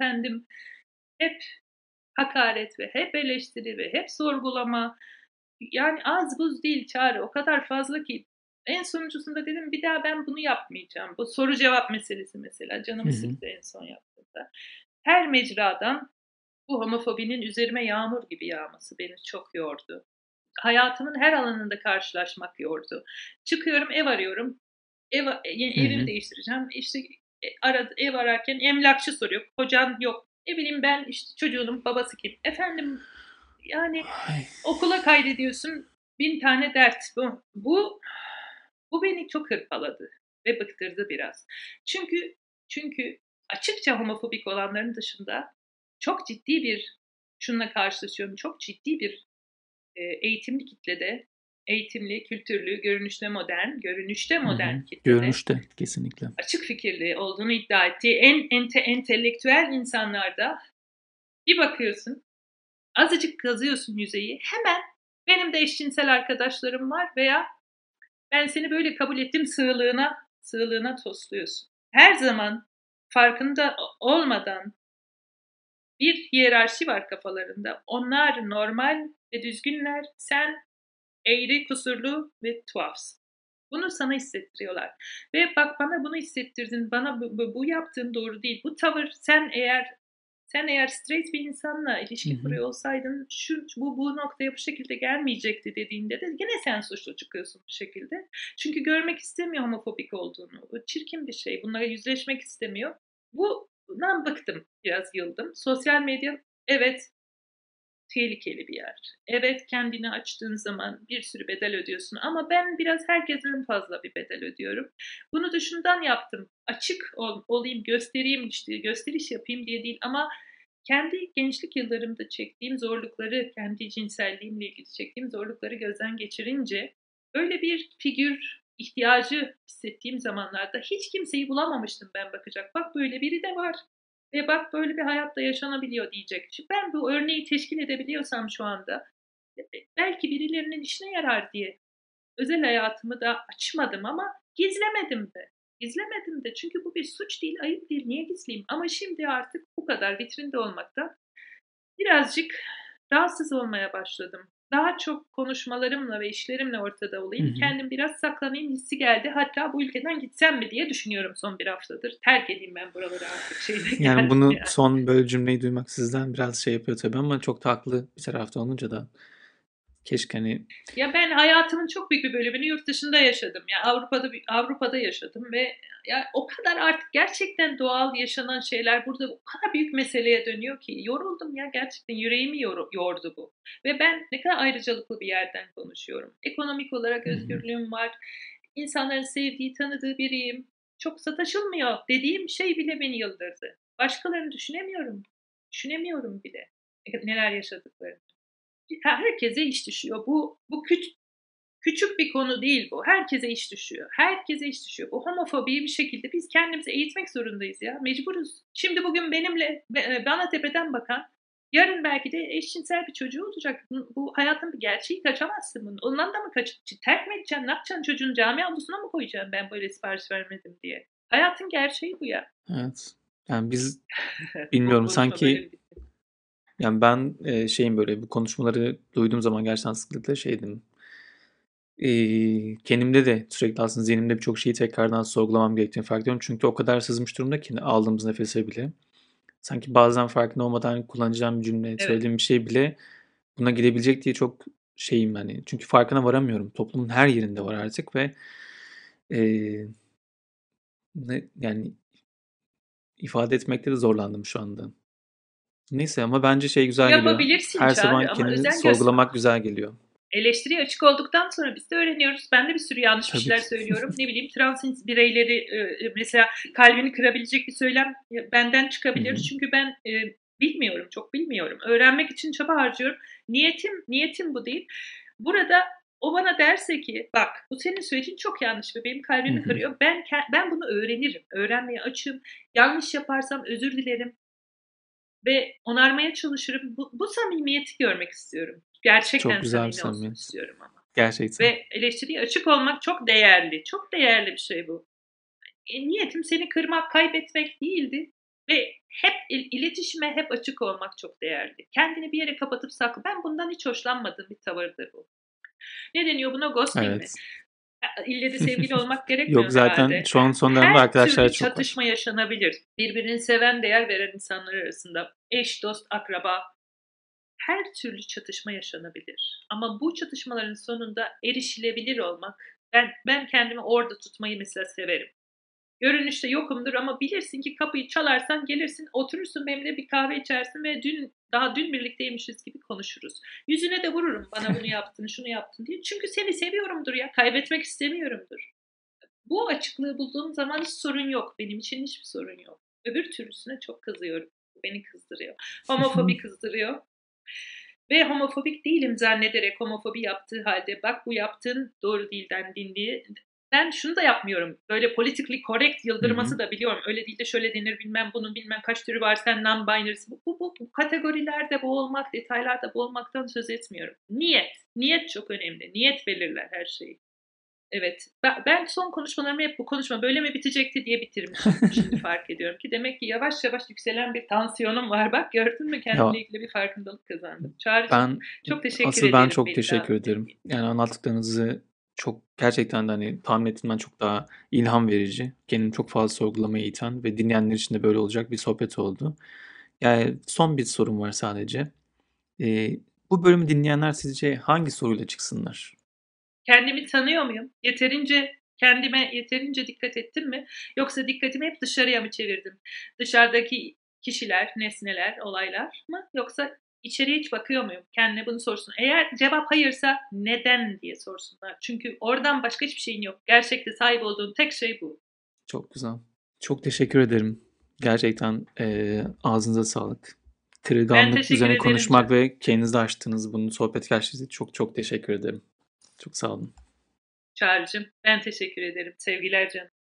hep hakaret ve hep eleştiri ve hep sorgulama. Yani az buz değil Çağrı, o kadar fazla ki. En sonuncusunda dedim bir daha ben bunu yapmayacağım. Bu soru cevap meselesi mesela canımı sıktı en son yaptığımda. Her mecradan bu homofobinin üzerime yağmur gibi yağması beni çok yordu. Hayatımın her alanında karşılaşmak yordu. Çıkıyorum, ev arıyorum. Evimi değiştireceğim. İşte ev ararken emlakçı soruyor. Kocan yok. Ne bileyim ben işte çocuğunun babası kim? Yani okula kaydediyorsun. 1000 tane dert. Bu beni çok hırpaladı ve bıktırdı biraz. Çünkü açıkça homofobik olanların dışında çok ciddi bir şununla karşılaşıyorum. Çok ciddi bir eğitimli kitlede eğitimli, kültürlü, görünüşte modern kitlede Görünüşte kesinlikle. açık fikirli olduğunu iddia ettiği entelektüel insanlarda bir bakıyorsun, azıcık kazıyorsun yüzeyi, hemen benim de eşcinsel arkadaşlarım var veya ben seni böyle kabul ettim sığlığına tosluyorsun. Her zaman farkında olmadan bir hiyerarşi var kafalarında. Onlar normal ve düzgünler, sen eğri, kusurlu ve tuhafsın. Bunu sana hissettiriyorlar. Ve bak bana bunu hissettirdin, bana bu yaptığın doğru değil. Bu tavır sen eğer straight bir insanla ilişki kuruyor olsaydın bu noktaya bu şekilde gelmeyecekti dediğinde de yine sen suçlu çıkıyorsun bu şekilde. Çünkü görmek istemiyor homofobik olduğunu. Bu çirkin bir şey. Bunlara yüzleşmek istemiyor. Bundan bıktım. Biraz yıldım. Sosyal medya evet tehlikeli bir yer. Evet kendini açtığın zaman bir sürü bedel ödüyorsun ama ben biraz herkesten fazla bir bedel ödüyorum. Bunu da şundan yaptım. Açık olayım, göstereyim işte, gösteriş yapayım diye değil ama kendi gençlik yıllarımda çektiğim zorlukları, kendi cinselliğimle ilgili çektiğim zorlukları gözden geçirince öyle bir figür ihtiyacı hissettiğim zamanlarda hiç kimseyi bulamamıştım ben bakacak. Bak böyle biri de var. Ve bak böyle bir hayatta yaşanabiliyor diyecek. Şimdi ben bu örneği teşkil edebiliyorsam şu anda belki birilerinin işine yarar diye özel hayatımı da açmadım ama gizlemedim de. Gizlemedim de çünkü bu bir suç değil, ayıp değil. Niye gizleyeyim? Ama şimdi artık bu kadar vitrinde olmaktan birazcık rahatsız olmaya başladım. Daha çok konuşmalarımla ve işlerimle ortada olayım. Kendim biraz saklanayım hissi geldi. Hatta bu ülkeden gitsem mi diye düşünüyorum son bir haftadır. Terk edeyim ben buraları artık Yani bunu son böyle cümleyi duymak sizden biraz şey yapıyor tabii ama çok da haklı bir tarafta olunca da keşke hani Ya ben hayatımın çok büyük bir bölümünü yurt dışında yaşadım. Ya Avrupa'da yaşadım ve ya o kadar artık gerçekten doğal yaşanan şeyler burada o kadar büyük meseleye dönüyor ki yoruldum ya gerçekten yüreğimi yordu bu. Ve ben ne kadar ayrıcalıklı bir yerden konuşuyorum. Ekonomik olarak özgürlüğüm var. İnsanların sevdiği, tanıdığı biriyim. Çok sataşılmıyor dediğim şey bile beni yıldırdı. Başkalarını düşünemiyorum. Düşünemiyorum bile neler yaşadıklarını. Herkese iş düşüyor. Bu küçük bir konu değil bu. Herkese iş düşüyor. Herkese iş düşüyor. Bu homofobiyi bir şekilde biz kendimizi eğitmek zorundayız ya. Mecburuz. Şimdi bugün benimle bana tepeden bakan yarın belki de eşcinsel bir çocuğu olacak. Bu hayatın bir gerçeği, kaçamazsın bunu. Ondan da mı terk mi edeceksin? Ne yapacaksın? Çocuğun cami avlusuna mı koyacaksın ben böyle sipariş vermedim diye? Hayatın gerçeği bu ya. evet. Yani biz bilmiyorum sanki yani ben şeyim böyle bu konuşmaları duyduğum zaman gerçekten sıklıkla şeydim. Kendimde de sürekli aslında zihnimde birçok şeyi tekrardan sorgulamam gerektiğini fark ediyorum. Çünkü o kadar sızmış durumda ki aldığımız nefese bile. Sanki bazen farkında olmadan kullanacağım bir cümle, Evet. söylediğim bir şey bile buna girebilecek diye çok şeyim hani. Çünkü farkına varamıyorum. Toplumun her yerinde var artık ve yani ifade etmekte de zorlandım şu anda. Neyse ama bence şey güzel geliyor. Yapabilirsin Her Çağrı zaman ama kendini özen göster. sorgulamak güzel geliyor. Eleştiriye açık olduktan sonra biz de öğreniyoruz. Ben de bir sürü yanlış bir Tabii. şeyler söylüyorum. Ne bileyim trans bireyleri mesela kalbini kırabilecek bir söylem benden çıkabilir. Hı hı. Çünkü ben bilmiyorum, çok bilmiyorum. Öğrenmek için çaba harcıyorum. Niyetim bu değil. Burada o bana derse ki bak bu senin söylediğin çok yanlış ve benim kalbimi kırıyor. Ben bunu öğrenirim. Öğrenmeye açığım. Yanlış yaparsam özür dilerim ve onarmaya çalışırım. Bu samimiyeti görmek istiyorum. Gerçekten Çok güzel bir samimi olsun samimiyet. istiyorum ama. Gerçekten. Ve eleştiriye açık olmak çok değerli. Çok değerli bir şey bu. Niyetim seni kırmak, kaybetmek değildi. Ve hep iletişime hep açık olmak çok değerli. Kendini bir yere kapatıp saklı. Ben bundan hiç hoşlanmadığım bir tavırdır bu. Ne deniyor buna? Ghosting mi? Evet. İlle de sevgili olmak gerekmiyor Yok zaten herhalde. şu an son dönemde Her arkadaşlar türlü çok var. çatışma yaşanabilir. Birbirini seven, değer veren insanlar arasında. Eş, dost, akraba. Her türlü çatışma yaşanabilir. Ama bu çatışmaların sonunda erişilebilir olmak. Ben kendimi orada tutmayı mesela severim. Görünüşte yokumdur ama bilirsin ki kapıyı çalarsan gelirsin, oturursun benimle bir kahve içersin ve daha dün birlikteymişiz gibi konuşuruz. Yüzüne de vururum bana bunu yaptın, şunu yaptın diye. Çünkü seni seviyorumdur ya, kaybetmek istemiyorumdur. Bu açıklığı bulduğum zaman hiç sorun yok. Benim için hiçbir sorun yok. Öbür türlüsüne çok kızıyorum. Bu beni kızdırıyor. Homofobi kızdırıyor. Ve homofobik değilim zannederek homofobi yaptığı halde bak bu yaptığın doğru değil dendin diye. Ben şunu da yapmıyorum. Böyle politically correct Hı hı. yıldırması da biliyorum. Öyle değil de şöyle denir bilmem bunun bilmem kaç türü var sen non-binary'sin. Bu kategorilerde boğulmak, detaylarda boğulmaktan söz etmiyorum. Niyet. Niyet çok önemli. Niyet belirler her şeyi. Evet. Ben son konuşmalarımı hep bu konuşma böyle mi bitecekti diye bitirmişim. Şimdi fark ediyorum ki demek ki yavaş yavaş yükselen bir tansiyonum var. Bak gördün mü Ya kendimle ilgili bir farkındalık kazandım. Çağrı'cığım ben çok teşekkür asıl ben ederim çok beni teşekkür davet ederim. ettiğin. Yani anlattıklarınızı çok gerçekten de hani tahmin ettiğimden çok daha ilham verici. Kendimi çok fazla sorgulamaya iten ve dinleyenler için de böyle olacak bir sohbet oldu. Yani son bir sorum var sadece. Bu bölümü dinleyenler sizce hangi soruyla çıksınlar? Kendimi tanıyor muyum? Kendime yeterince dikkat ettim mi? Yoksa dikkatimi hep dışarıya mı çevirdim? Dışarıdaki kişiler, nesneler, olaylar mı? Yoksa içeriye hiç bakıyor muyum? Kendine bunu sorsun. Eğer cevap hayırsa neden diye sorsunlar. Çünkü oradan başka hiçbir şeyin yok. Gerçekte sahip olduğun tek şey bu. Çok güzel. Çok teşekkür ederim. Gerçekten ağzınıza sağlık. Ben Kırılganlık teşekkür üzerine ederim konuşmak canım. ve kendinizi açtığınız bunu sohbet gerçekten çok çok teşekkür ederim. Çok sağ olun. Çağrı'cığım. Ben teşekkür ederim. Sevgiler canım.